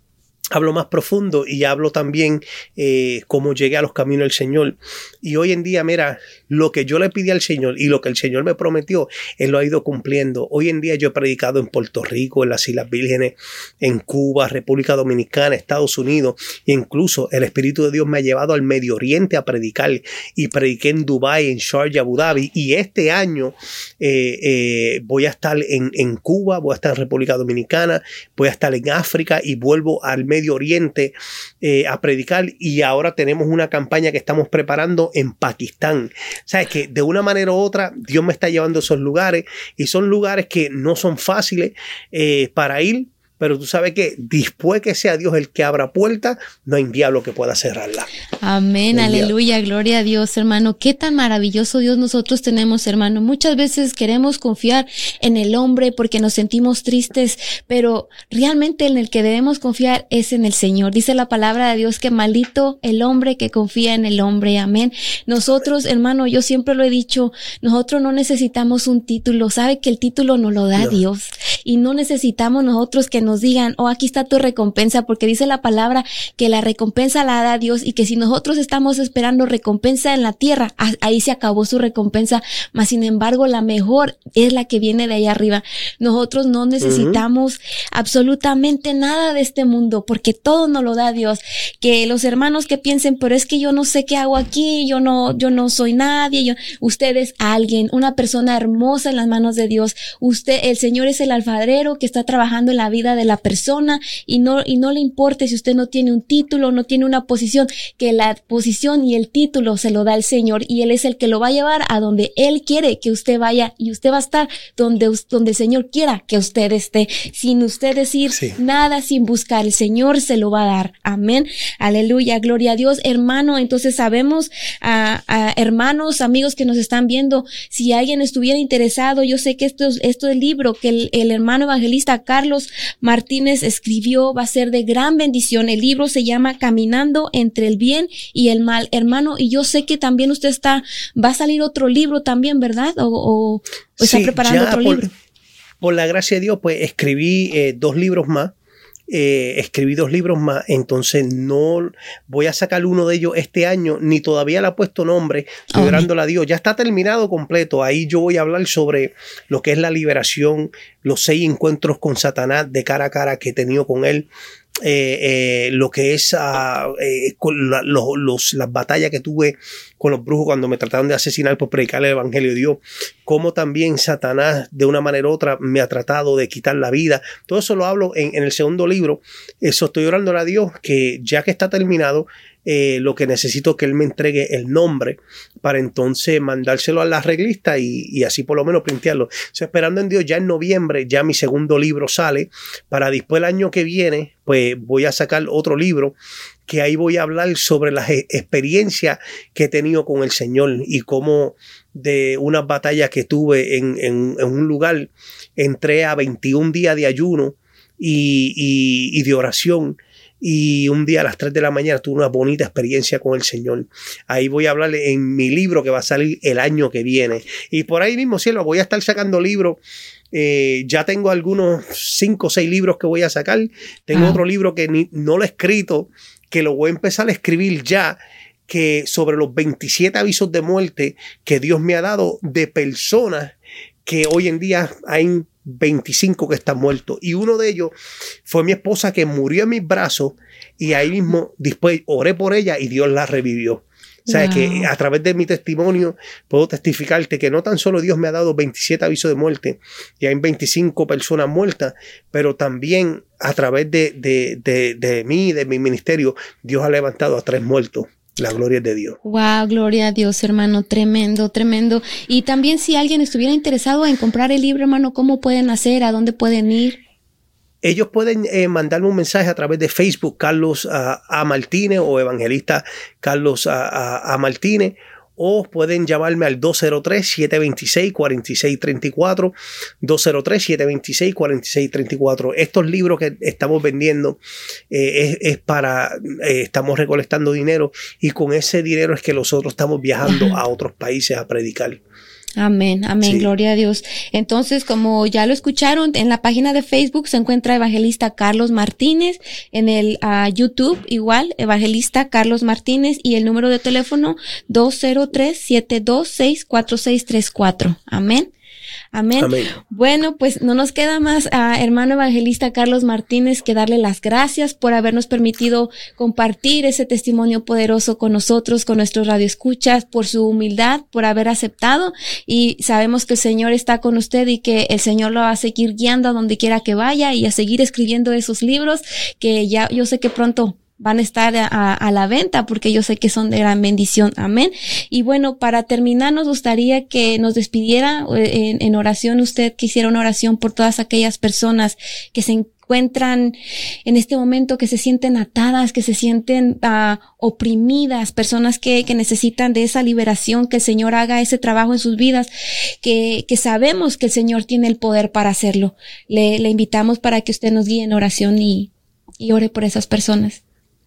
hablo más profundo y hablo también eh, cómo llegué a los caminos del Señor. Y hoy en día, mira, lo que yo le pedí al Señor y lo que el Señor me prometió, Él lo ha ido cumpliendo. Hoy en día yo he predicado en Puerto Rico, en las Islas Vírgenes, en Cuba, República Dominicana, Estados Unidos, e incluso el Espíritu de Dios me ha llevado al Medio Oriente a predicar, y prediqué en Dubái, en Sharjah, Abu Dhabi, y este año eh, eh, voy a estar en, en Cuba, voy a estar en República Dominicana, voy a estar en África y vuelvo al Medio Medio Oriente eh, a predicar, y ahora tenemos una campaña que estamos preparando en Pakistán. Sabes que de una manera u otra Dios me está llevando a esos lugares, y son lugares que no son fáciles eh, para ir, pero tú sabes que después que sea Dios el que abra puertas, no hay diablo que pueda cerrarla. Amén, no aleluya, diablo. Gloria a Dios, hermano. Qué tan maravilloso Dios nosotros tenemos, hermano. Muchas veces queremos confiar en el hombre porque nos sentimos tristes, pero realmente en el que debemos confiar es en el Señor. Dice la palabra de Dios que maldito el hombre que confía en el hombre. Amén. Nosotros, hermano, yo siempre lo he dicho, nosotros no necesitamos un título. Sabe que el título nos lo da no. Dios, y no necesitamos nosotros que nos nos digan, oh, aquí está tu recompensa, porque dice la palabra que la recompensa la da Dios, y que si nosotros estamos esperando recompensa en la tierra, ahí se acabó su recompensa, mas sin embargo la mejor es la que viene de allá arriba. Nosotros no necesitamos uh-huh. absolutamente nada de este mundo, porque todo nos lo da Dios. Que los hermanos que piensen, pero es que yo no sé qué hago aquí, yo no, yo no soy nadie, yo, usted es alguien, una persona hermosa en las manos de Dios. Usted, el Señor es el alfarero que está trabajando en la vida de la persona, y no, y no le importe si usted no tiene un título, no tiene una posición, que la posición y el título se lo da el Señor, y Él es el que lo va a llevar a donde Él quiere que usted vaya, y usted va a estar donde, donde el Señor quiera que usted esté, sin usted decir sí. nada, sin buscar. El Señor se lo va a dar. Amén. Aleluya. Gloria a Dios. Hermano, entonces sabemos, a, a hermanos, amigos que nos están viendo, si alguien estuviera interesado, yo sé que esto es, esto es el libro que el, el hermano evangelista Carlos Martínez escribió, va a ser de gran bendición. El libro se llama Caminando entre el bien y el mal, hermano, y yo sé que también usted está, va a salir otro libro también, ¿verdad? O, o, o está sí, preparando otro por, libro. Por la gracia de Dios, pues escribí eh, dos libros más. Eh, escribí dos libros más, entonces no voy a sacar uno de ellos este año, ni todavía le he puesto nombre, estoy orándole a Dios, ya está terminado completo. Ahí yo voy a hablar sobre lo que es la liberación, los seis encuentros con Satanás de cara a cara que he tenido con él, eh, eh, lo que es uh, eh, con la, los, los, las batallas que tuve con los brujos cuando me trataron de asesinar por predicar el evangelio de Dios, cómo también Satanás de una manera u otra me ha tratado de quitar la vida. Todo eso lo hablo en, en el segundo libro. Eso estoy orando a Dios que ya que está terminado, eh, lo que necesito es que Él me entregue el nombre para entonces mandárselo a la arreglista y, y así por lo menos printearlo. Estoy esperando en Dios, ya en noviembre ya mi segundo libro sale, para después el año que viene pues voy a sacar otro libro que ahí voy a hablar sobre las experiencias que he tenido con el Señor y cómo de unas batallas que tuve en, en, en un lugar, entré a veintiún días de ayuno y, y, y de oración, y un día a las tres de la mañana tuve una bonita experiencia con el Señor. Ahí voy a hablarle en mi libro que va a salir el año que viene. Y por ahí mismo, cielo, voy a estar sacando libros. Eh, ya tengo algunos cinco o seis libros que voy a sacar. Tengo ah. otro libro que ni, no lo he escrito, que lo voy a empezar a escribir ya, que sobre los veintisiete avisos de muerte que Dios me ha dado de personas que hoy en día hay veinticinco que están muertos, y uno de ellos fue mi esposa que murió en mis brazos, y ahí mismo después oré por ella y Dios la revivió. O sea, wow. que a través de mi testimonio puedo testificarte que no tan solo Dios me ha dado veintisiete avisos de muerte y hay veinticinco personas muertas, pero también a través de, de, de, de mí, de mi ministerio, Dios ha levantado a tres muertos. La gloria es de Dios. Wow, gloria a Dios, hermano, tremendo, tremendo. Y también si alguien estuviera interesado en comprar el libro, hermano, ¿cómo pueden hacer? ¿A dónde pueden ir? Ellos pueden eh, mandarme un mensaje a través de Facebook, Carlos uh, A. Martínez, o Evangelista Carlos uh, A. Martínez, o pueden llamarme al dos cero tres, siete dos seis, cuatro seis tres cuatro, dos cero tres, siete dos seis, cuatro seis tres cuatro. Estos libros que estamos vendiendo eh, es, es para, eh, estamos recolectando dinero, y con ese dinero es que nosotros estamos viajando a otros países a predicar. Amén, amén, sí. Gloria a Dios. Entonces, como ya lo escucharon, en la página de Facebook se encuentra Evangelista Carlos Martínez, en el uh, YouTube igual, Evangelista Carlos Martínez, y el número de teléfono dos cero tres, siete dos seis, cuatro seis tres cuatro. Amén. Amén. Amén. Bueno, pues no nos queda más, uh, hermano evangelista Carlos Martínez, que darle las gracias por habernos permitido compartir ese testimonio poderoso con nosotros, con nuestros radioescuchas, por su humildad, por haber aceptado, y sabemos que el Señor está con usted y que el Señor lo va a seguir guiando a donde quiera que vaya y a seguir escribiendo esos libros que ya yo sé que pronto van a estar a, a la venta, porque yo sé que son de gran bendición. Amén. Y bueno, para terminar, nos gustaría que nos despidiera en, en oración, usted que hiciera una oración por todas aquellas personas que se encuentran en este momento, que se sienten atadas, que se sienten uh, oprimidas, personas que, que necesitan de esa liberación, que el Señor haga ese trabajo en sus vidas, que, que sabemos que el Señor tiene el poder para hacerlo. Le, le invitamos para que usted nos guíe en oración y, y ore por esas personas.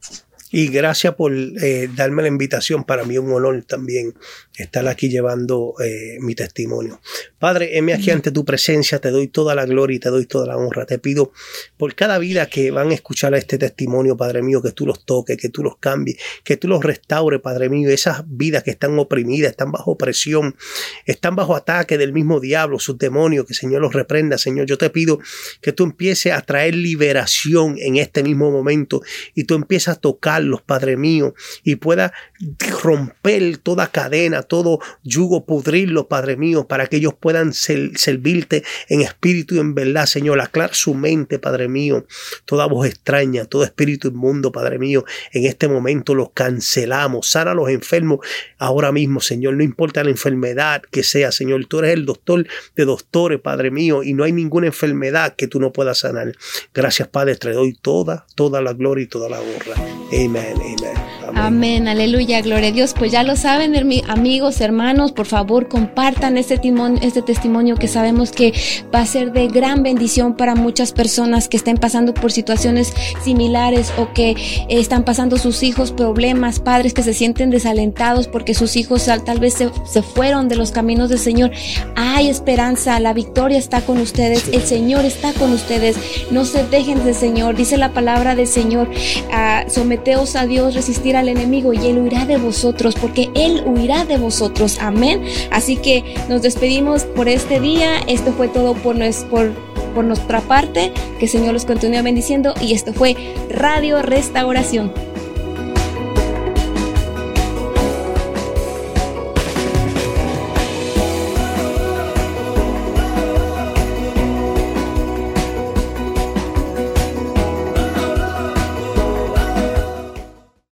Y gracias por eh, darme la invitación. Para mí es un honor también estar aquí llevando eh, mi testimonio. Padre, heme aquí ante tu presencia, te doy toda la gloria y te doy toda la honra. Te pido por cada vida que van a escuchar este testimonio, Padre mío, que tú los toques, que tú los cambies, que tú los restaures, Padre mío. Esas vidas que están oprimidas, están bajo presión, están bajo ataque del mismo diablo, sus demonios, que Señor los reprenda, Señor. Yo te pido que tú empieces a traer liberación en este mismo momento y tú empieces a tocar los Padre mío, y pueda romper toda cadena, todo yugo, pudrirlo, Padre mío, para que ellos puedan ser, servirte en espíritu y en verdad, Señor. Aclara su mente, Padre mío. Toda voz extraña, todo espíritu inmundo, Padre mío, en este momento los cancelamos. Sana a los enfermos ahora mismo, Señor. No importa la enfermedad que sea, Señor. Tú eres el doctor de doctores, Padre mío, y no hay ninguna enfermedad que tú no puedas sanar. Gracias, Padre. Te doy toda, toda la gloria y toda la honra. Amén. Amen. Amén. Amén, aleluya, gloria a Dios. Pues ya lo saben, amigos, hermanos, por favor compartan este, timón, este testimonio que sabemos que va a ser de gran bendición para muchas personas que estén pasando por situaciones similares o que eh, están pasando sus hijos problemas, padres que se sienten desalentados porque sus hijos tal vez se, se fueron de los caminos del Señor. Hay esperanza, la victoria está con ustedes, el Señor está con ustedes. No se dejen del Señor, dice la palabra del Señor, uh, someteos a Dios, resistir al enemigo y Él huirá de vosotros, porque Él huirá de vosotros. Amén. Así que nos despedimos por este día. Esto fue todo por, nos, por, por nuestra parte. Que el Señor los continúe bendiciendo. Y esto fue Radio Restauración.